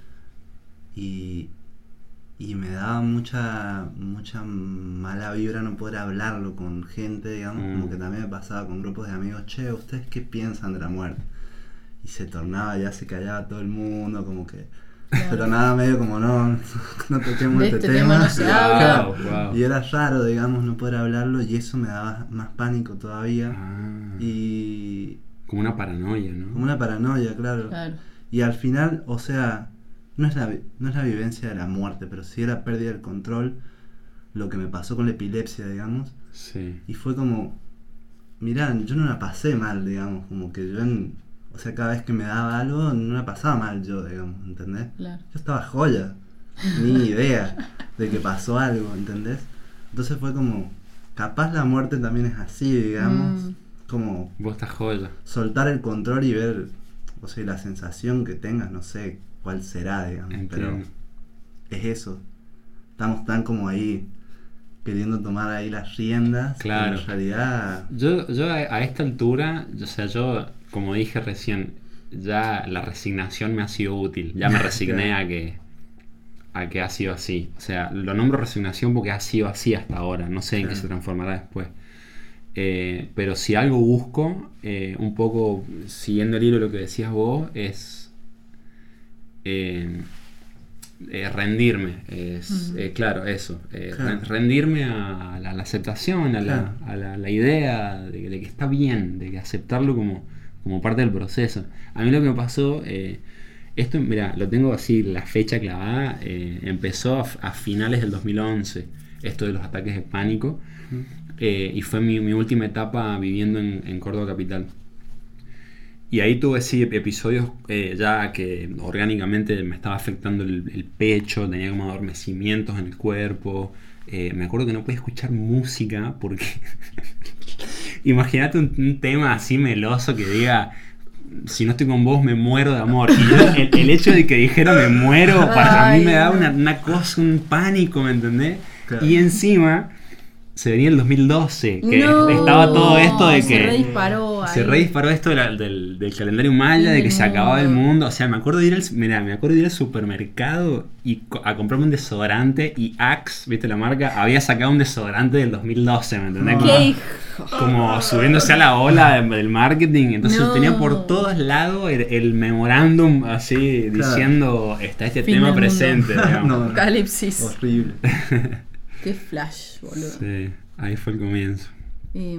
y, y me daba mucha mucha mala vibra no poder hablarlo con gente, digamos, Mm. como que también me pasaba con grupos de amigos, che, ¿ustedes qué piensan de la muerte? Y se tornaba, ya se callaba todo el mundo, como que Claro. se tornaba medio como no, no toquemos De este, este tema. tema no se habla. Wow, wow. Y era raro, digamos, no poder hablarlo y eso me daba más pánico todavía. Ah, Y como una paranoia, ¿no? como una paranoia, claro. Claro. Y al final, o sea, no es, la, vi- no es la vivencia de la muerte, pero sí la pérdida del control, lo que me pasó con la epilepsia, digamos. Sí. Y fue como, mirá, yo no la pasé mal, digamos, como que yo, en- o sea, cada vez que me daba algo, no la pasaba mal yo, digamos, ¿entendés? Claro. Yo estaba joya, ni idea de que pasó algo, ¿entendés? Entonces fue como, capaz la muerte también es así, digamos, Mm. como Vos estás joya. soltar el control y ver, o sea, la sensación que tengas, no sé cuál será, digamos, pero Entiendo. es eso. Estamos tan como ahí, queriendo tomar ahí las riendas, Claro. pero en realidad, Yo, yo a, a esta altura, o sea, yo, como dije recién, ya la resignación me ha sido útil. Ya me resigné Claro. a que a que ha sido así. O sea, lo nombro resignación porque ha sido así hasta ahora. No sé en qué Claro. se transformará después. Eh, pero si algo busco, eh, un poco siguiendo el hilo de lo que decías vos, es eh, eh, rendirme. Es, Ujú. eh, claro, eso. eh, Claro. re- rendirme a la, a la aceptación, a, la, Claro. a la, la idea de, de que está bien, de que aceptarlo como, como parte del proceso. A mí lo que me pasó, eh, esto, mira, lo tengo así, la fecha clavada, eh, empezó a, a finales del dos mil once, esto de los ataques de pánico. Eh, y fue mi, mi última etapa viviendo en, en Córdoba capital. Y ahí tuve sí, episodios eh, ya que orgánicamente me estaba afectando el, el pecho, tenía como adormecimientos en el cuerpo. Eh, me acuerdo que no podía escuchar música porque imagínate un, un tema así meloso que diga: si no estoy con vos me muero de amor. Y yo, el, el hecho de que dijera me muero, para Ay, mí me daba no. una, una cosa, un pánico, ¿me entendés? Claro. Y encima se venía el dos mil doce, que No, estaba todo esto de se que redisparó se ahí. redisparó esto de la- del, del calendario maya, Fin de que del se acababa el mundo. mundo. O sea, me acuerdo de ir al, mirá, me acuerdo de ir al supermercado y co- a comprarme un desodorante, y Axe, ¿viste la marca? Había sacado un desodorante del dos mil doce, ¿me entendés? No. Como, ¿Qué hijo? como subiéndose a la ola de- del marketing. Entonces No. tenía por todos lados el, el memorándum así, Claro. diciendo: está este Fin tema del mundo. presente, digamos. No. Apocalipsis. horrible. Qué flash, boludo. Sí, ahí fue el comienzo. Y,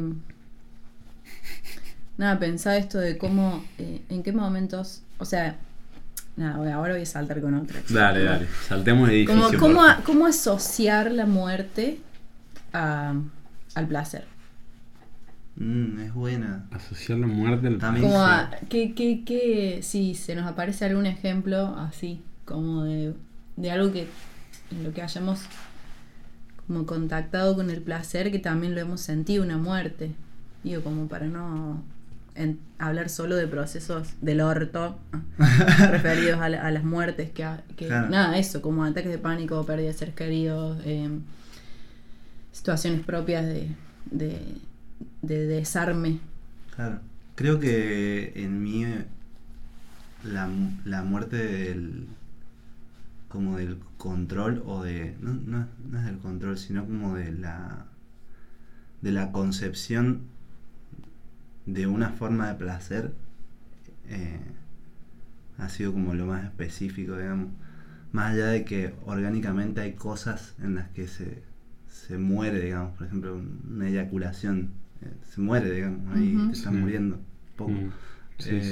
nada, pensá esto de cómo, eh, en qué momentos, o sea, nada, voy- ahora voy a saltar con otra. Dale, dale, saltemos de edificio. Como, ¿cómo, por a- cómo asociar la muerte a- al placer? Mm, es buena. Asociar la muerte al También- Como Sí. a, que, que, que, si se nos aparece algún ejemplo así, como de, de algo que en lo que hayamos como contactado con el placer, que también lo hemos sentido una muerte. Digo, como para no en- hablar solo de procesos del orto referidos a, la- a las muertes, que, ha- que Claro. nada, eso, como ataques de pánico, pérdida de seres queridos, eh, situaciones propias de, de, de desarme. Claro. Creo que en mí eh, la, mu- la muerte del como del control o de no, no, no es del control, sino como de la de la concepción de una forma de placer eh, ha sido como lo más específico, digamos, más allá de que orgánicamente hay cosas en las que se, se muere, digamos, por ejemplo una eyaculación, eh, se muere, digamos, ahí Ujú. te está Sí. muriendo un poco. Mm, sí, Eh, sí.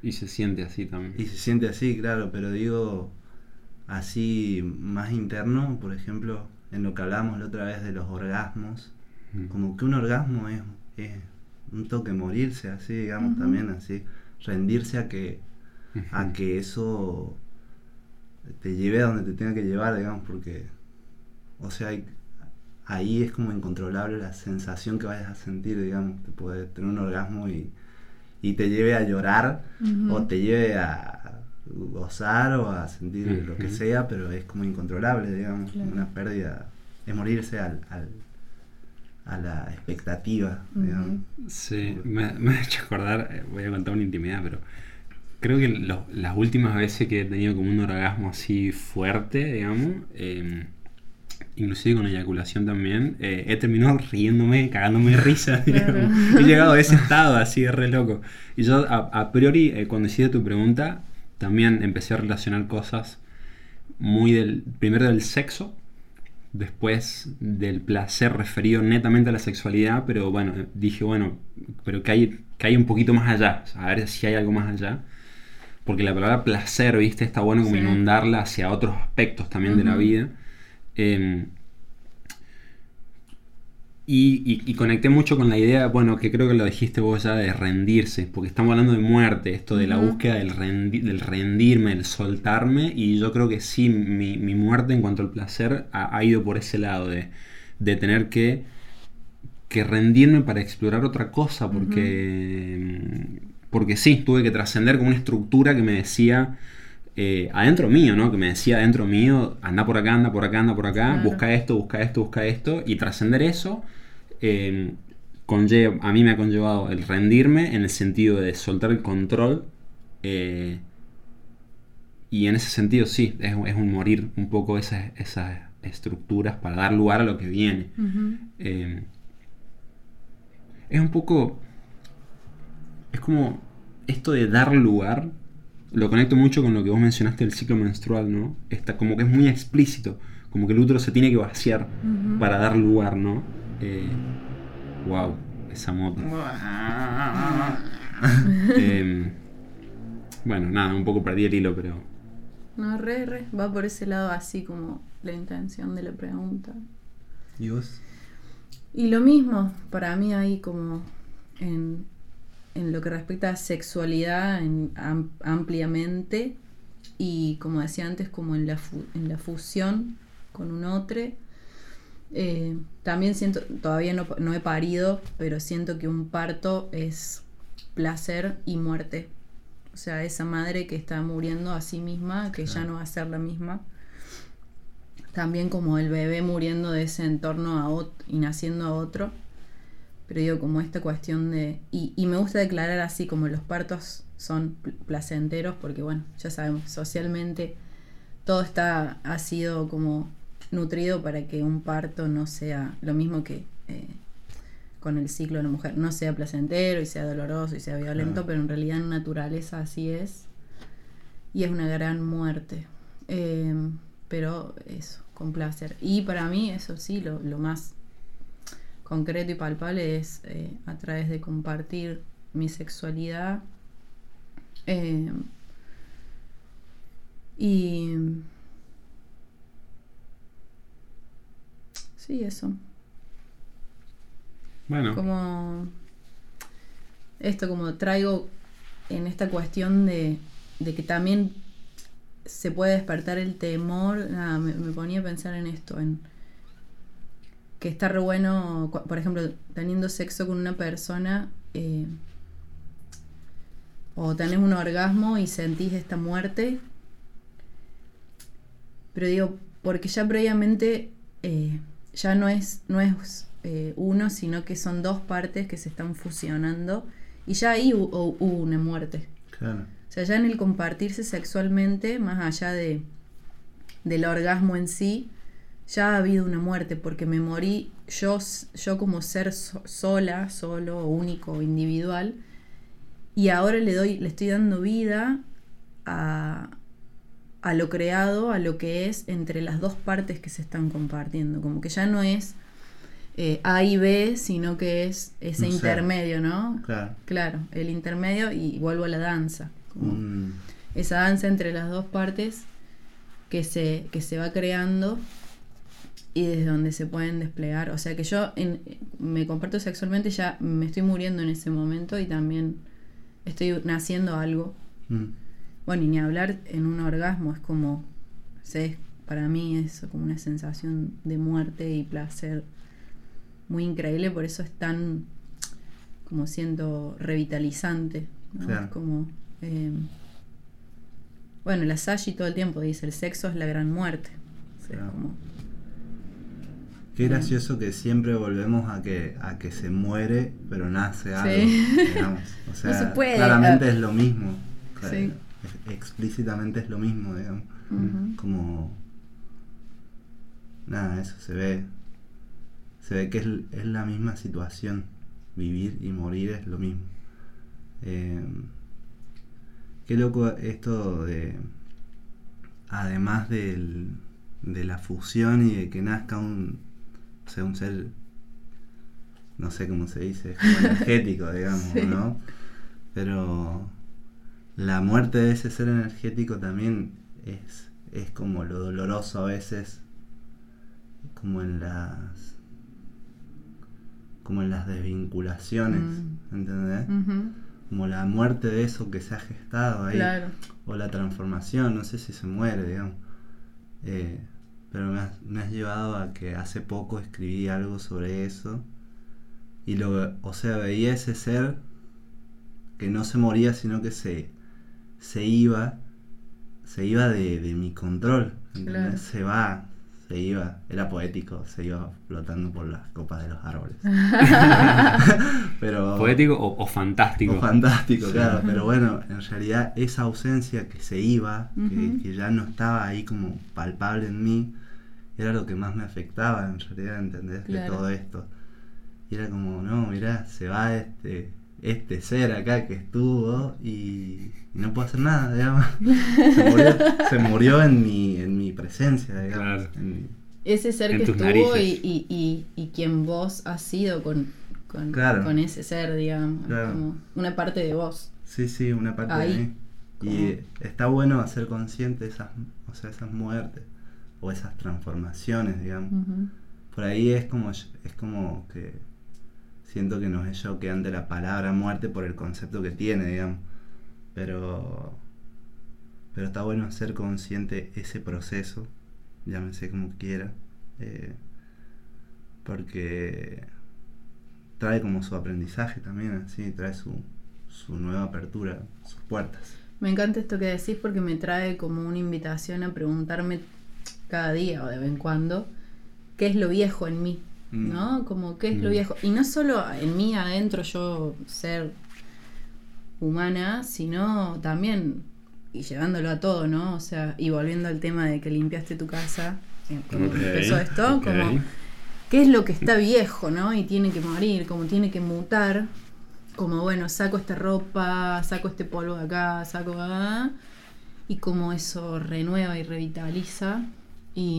Y se siente así también. Y se siente así, claro, pero digo, así más interno, por ejemplo, en lo que hablábamos la otra vez de los orgasmos, mm. como que un orgasmo es, es un toque morirse, así, digamos, uh-huh. también, así, rendirse a que, uh-huh. a que eso te lleve a donde te tenga que llevar, digamos, porque, o sea, hay, ahí es como incontrolable la sensación que vayas a sentir, digamos, te puedes tener un orgasmo y, y te lleve a llorar, uh-huh. o te lleve a gozar o a sentir uh-huh. lo que sea, pero es como incontrolable, digamos, claro. una pérdida, es morirse al, al a la expectativa, uh-huh. digamos. Sí, me, me ha hecho acordar, voy a contar una intimidad, pero creo que lo, las últimas veces que he tenido como un orgasmo así fuerte, digamos, eh, inclusive con eyaculación también, eh, he terminado riéndome, cagándome de risa, claro. He llegado a ese estado así de re loco. Y yo a, a priori, eh, cuando hiciste tu pregunta, también empecé a relacionar cosas muy del, primero del sexo, después del placer referido netamente a la sexualidad, pero bueno, dije, bueno, pero que hay, que hay un poquito más allá, a ver si hay algo más allá, porque la palabra placer, viste, está bueno como sí. inundarla hacia otros aspectos también uh-huh. de la vida. Eh, y, y, y conecté mucho con la idea, bueno, que creo que lo dijiste vos ya, de rendirse, porque estamos hablando de muerte, esto de uh-huh. la búsqueda del, rendi- del rendirme, del soltarme, y yo creo que sí, mi, mi muerte en cuanto al placer ha, ha ido por ese lado, de, de tener que, que rendirme para explorar otra cosa, porque, uh-huh. porque sí, tuve que trascender como una estructura que me decía... Eh, adentro mío, ¿no? Que me decía adentro mío, anda por acá, anda por acá, anda por acá, claro. busca esto, busca esto, busca esto, y trascender eso, eh, conlleva, a mí me ha conllevado el rendirme en el sentido de soltar el control, eh, y en ese sentido sí, es, es un morir un poco esas, esas estructuras para dar lugar a lo que viene. Uh-huh. Eh, es un poco, es como esto de dar lugar. Lo conecto mucho con lo que vos mencionaste del ciclo menstrual, ¿no? Está como que es muy explícito, como que el útero se tiene que vaciar uh-huh. para dar lugar, ¿no? Eh, wow, esa moto. eh, bueno, nada, un poco perdí el hilo, pero... No, re, re, va por ese lado así como la intención de la pregunta. ¿Y vos? Y lo mismo, para mí ahí como en... en lo que respecta a sexualidad en, am, ampliamente y como decía antes como en la, fu, en la fusión con un otro, eh, también siento, todavía no, no he parido, pero siento que un parto es placer y muerte, o sea, esa madre que está muriendo a sí misma, que claro. ya no va a ser la misma, también como el bebé muriendo de ese entorno a ot- y naciendo a otro. Pero digo, como esta cuestión de... Y, y me gusta declarar así, como los partos son placenteros, porque bueno, ya sabemos, socialmente todo está ha sido como nutrido para que un parto no sea lo mismo que eh, con el ciclo de la mujer, no sea placentero y sea doloroso y sea violento, ah. pero en realidad en naturaleza así es. Y es una gran muerte. Eh, pero eso, con placer. Y para mí eso sí, lo, lo más... concreto y palpable es eh, a través de compartir mi sexualidad eh, y sí, eso. Bueno, como esto, como traigo en esta cuestión de, de que también se puede despertar el temor. Nada, me, me ponía a pensar en esto, en que está re bueno, por ejemplo, teniendo sexo con una persona, eh, o tenés un orgasmo y sentís esta muerte, pero digo, porque ya previamente eh, ya no es, no es eh, uno, sino que son dos partes que se están fusionando, y ya ahí hubo, hubo una muerte. Claro. O sea, ya en el compartirse sexualmente, más allá de del orgasmo en sí, ya ha habido una muerte, porque me morí yo, yo como ser so, sola, solo, único, individual, y ahora le doy, le estoy dando vida a, a lo creado, a lo que es entre las dos partes que se están compartiendo, como que ya no es eh, A y B, sino que es ese no intermedio, ¿no? Claro. Claro, el intermedio, y vuelvo a la danza, Como Mm. esa danza entre las dos partes que se, que se va creando y desde donde se pueden desplegar. O sea que yo en, me comparto sexualmente, ya me estoy muriendo en ese momento y también estoy naciendo algo. Mm. Bueno, y ni hablar en un orgasmo, es como, sé, para mí es como una sensación de muerte y placer muy increíble, por eso es tan, como siento, revitalizante, ¿no? Claro. Es como, eh, bueno, la Sashi todo el tiempo dice, el sexo es la gran muerte. O sea, Claro. como, Qué gracioso que siempre volvemos a que a que se muere, pero nace algo, Sí. digamos. O sea, No se puede. claramente es lo mismo. Sí. Es- explícitamente es lo mismo, digamos. ujú. Como... Nada, eso se ve. Se ve que es, es la misma situación. Vivir y morir es lo mismo. Eh, qué loco esto de... Además del, de la fusión y de que nazca un... O sea, un ser... No sé cómo se dice, es como energético, digamos, Sí. ¿no? Pero... La muerte de ese ser energético también es, es como lo doloroso a veces, como en las como en las desvinculaciones, Mm. ¿entendés? Ujú. Como la muerte de eso que se ha gestado ahí, Claro. o la transformación, no sé si se muere, digamos. Eh, pero me has, me has llevado a que hace poco escribí algo sobre eso, y lo, o sea, veía ese ser que no se moría, sino que se se iba, se iba de, de mi control, ¿entendés? Claro. Se va, se iba, era poético, se iba flotando por las copas de los árboles. Pero, ¿Poético o, o fantástico? o fantástico, claro, pero bueno, en realidad esa ausencia que se iba, que, Ujú. que ya no estaba ahí como palpable en mí, era lo que más me afectaba en realidad, ¿entendés? De Claro. todo esto. Y era como, no, mirá, se va este este ser acá que estuvo y, y no puedo hacer nada, digamos. Se murió, se murió en mi en mi presencia, digamos. Claro. En- Ese ser En que tus estuvo narices. y, y, y, y quien vos has sido con, con, Claro. con ese ser, digamos. Es Claro. como una parte de vos. sí, sí, una parte Ahí. de mí. Y está bueno hacer consciente esas, o sea, esas muertes o esas transformaciones, digamos. Ujú. Por ahí es como es como que siento que nos es choqueante la palabra muerte por el concepto que tiene, digamos. Pero pero está bueno hacer consciente ese proceso, llámese como quiera, eh, porque trae como su aprendizaje también, así, trae su, su nueva apertura, sus puertas. Me encanta esto que decís porque me trae como una invitación a preguntarme cada día o de vez en cuando qué es lo viejo en mí, Mm. ¿no? Como qué es lo Mm. viejo. Y no solo en mí adentro yo ser humana, sino también, y llevándolo a todo, ¿no? O sea, y volviendo al tema de que limpiaste tu casa, eh, cuando Ok, empezó esto, ok. como qué es lo que está viejo, ¿no? Y tiene que morir, como tiene que mutar, como bueno, saco esta ropa, saco este polvo de acá, saco ah, y como eso renueva y revitaliza. Y,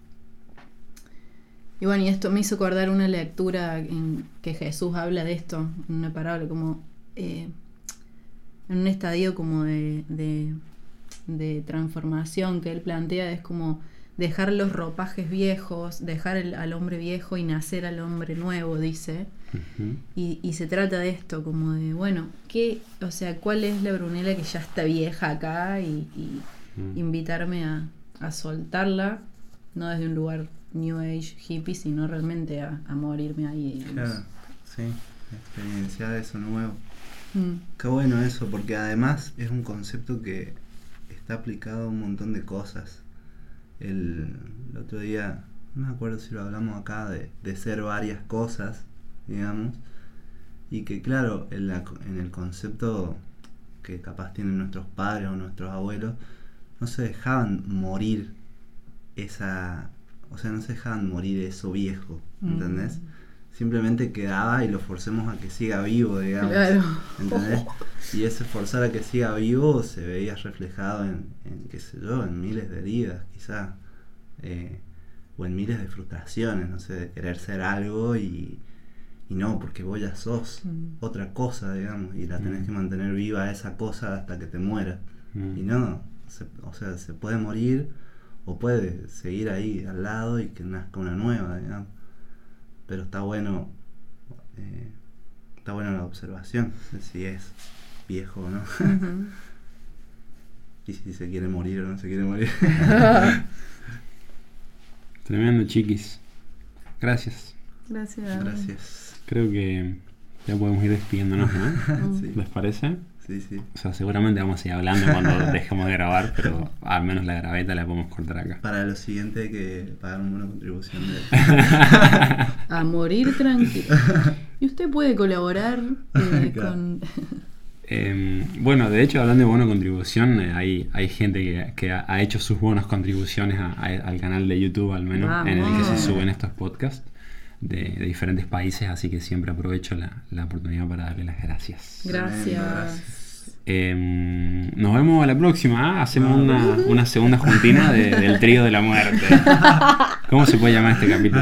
y bueno, y esto me hizo acordar una lectura en que Jesús habla de esto, en una parábola, como eh, en un estadio como de, de, de transformación que él plantea, es como dejar los ropajes viejos, dejar el, al hombre viejo y nacer al hombre nuevo, dice. Ujú. Y, y se trata de esto, como de, bueno, ¿qué, o sea, cuál es la Brunella que ya está vieja acá? Y, y Mm. invitarme a, a soltarla, no desde un lugar New Age hippie, sino realmente a, a morirme ahí, digamos. Claro, sí, experienciar eso nuevo. Mm, Qué bueno eso, porque además es un concepto que está aplicado a un montón de cosas. El, el otro día, no me acuerdo si lo hablamos acá, de, de ser varias cosas, digamos, y que claro, en, la, en el concepto que capaz tienen nuestros padres o nuestros abuelos, no se dejaban morir esa, o sea, no se dejaban morir eso viejo, ¿entendés? Mm. Simplemente quedaba y lo forcemos a que siga vivo, digamos. Claro. ¿Entendés? Y ese forzar a que siga vivo se veía reflejado en, en qué sé yo, en miles de heridas, quizás. Eh, o en miles de frustraciones, no sé, de querer ser algo y, Y no, porque vos ya sos Mm. otra cosa, digamos, y la tenés Mm. que mantener viva esa cosa hasta que te mueras. Mm. Y no, se- o sea, se puede morir o puede seguir ahí al lado y que nazca una nueva, digamos. Pero está bueno, eh, está buena la observación de si es viejo o no. Ujú. Y si se quiere morir o no se quiere morir. Tremendo, chiquis. Gracias. Gracias. Gracias. Creo que ya podemos ir despidiéndonos, ¿no? Sí, ¿Les parece? sí, sí. O sea, seguramente vamos a ir hablando cuando dejemos de grabar, pero al menos la graveta la podemos cortar acá. Para lo siguiente hay que pagar una contribución de... A morir tranquilo. Y usted puede colaborar eh, Claro. con... Eh, bueno, de hecho, hablando de bono contribución, eh, hay, hay gente que, que ha, ha hecho sus bonos contribuciones a- a- al canal de YouTube, al menos, Vamos. en el que se suben estos podcasts de, de diferentes países, así que siempre aprovecho la, la oportunidad para darle las gracias. Gracias. Tremendo, gracias. Eh, nos vemos a la próxima, ¿ah? Hacemos una, una segunda juntina de- del trío de la muerte. ¿Cómo se puede llamar este capítulo?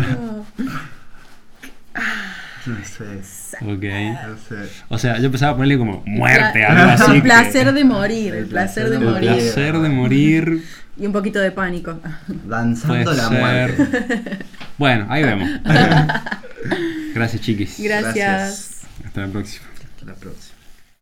No sé, Ok. no sé. O sea, yo pensaba ponerle como muerte, Pla- algo así. El que- placer de morir, el El placer de placer de el morir. placer de morir. Y un poquito de pánico. Lanzando Puede la ser. muerte. Bueno, ahí vemos. Ahí vemos. Gracias, chiquis. Gracias. Gracias. Hasta la próxima. Hasta la próxima.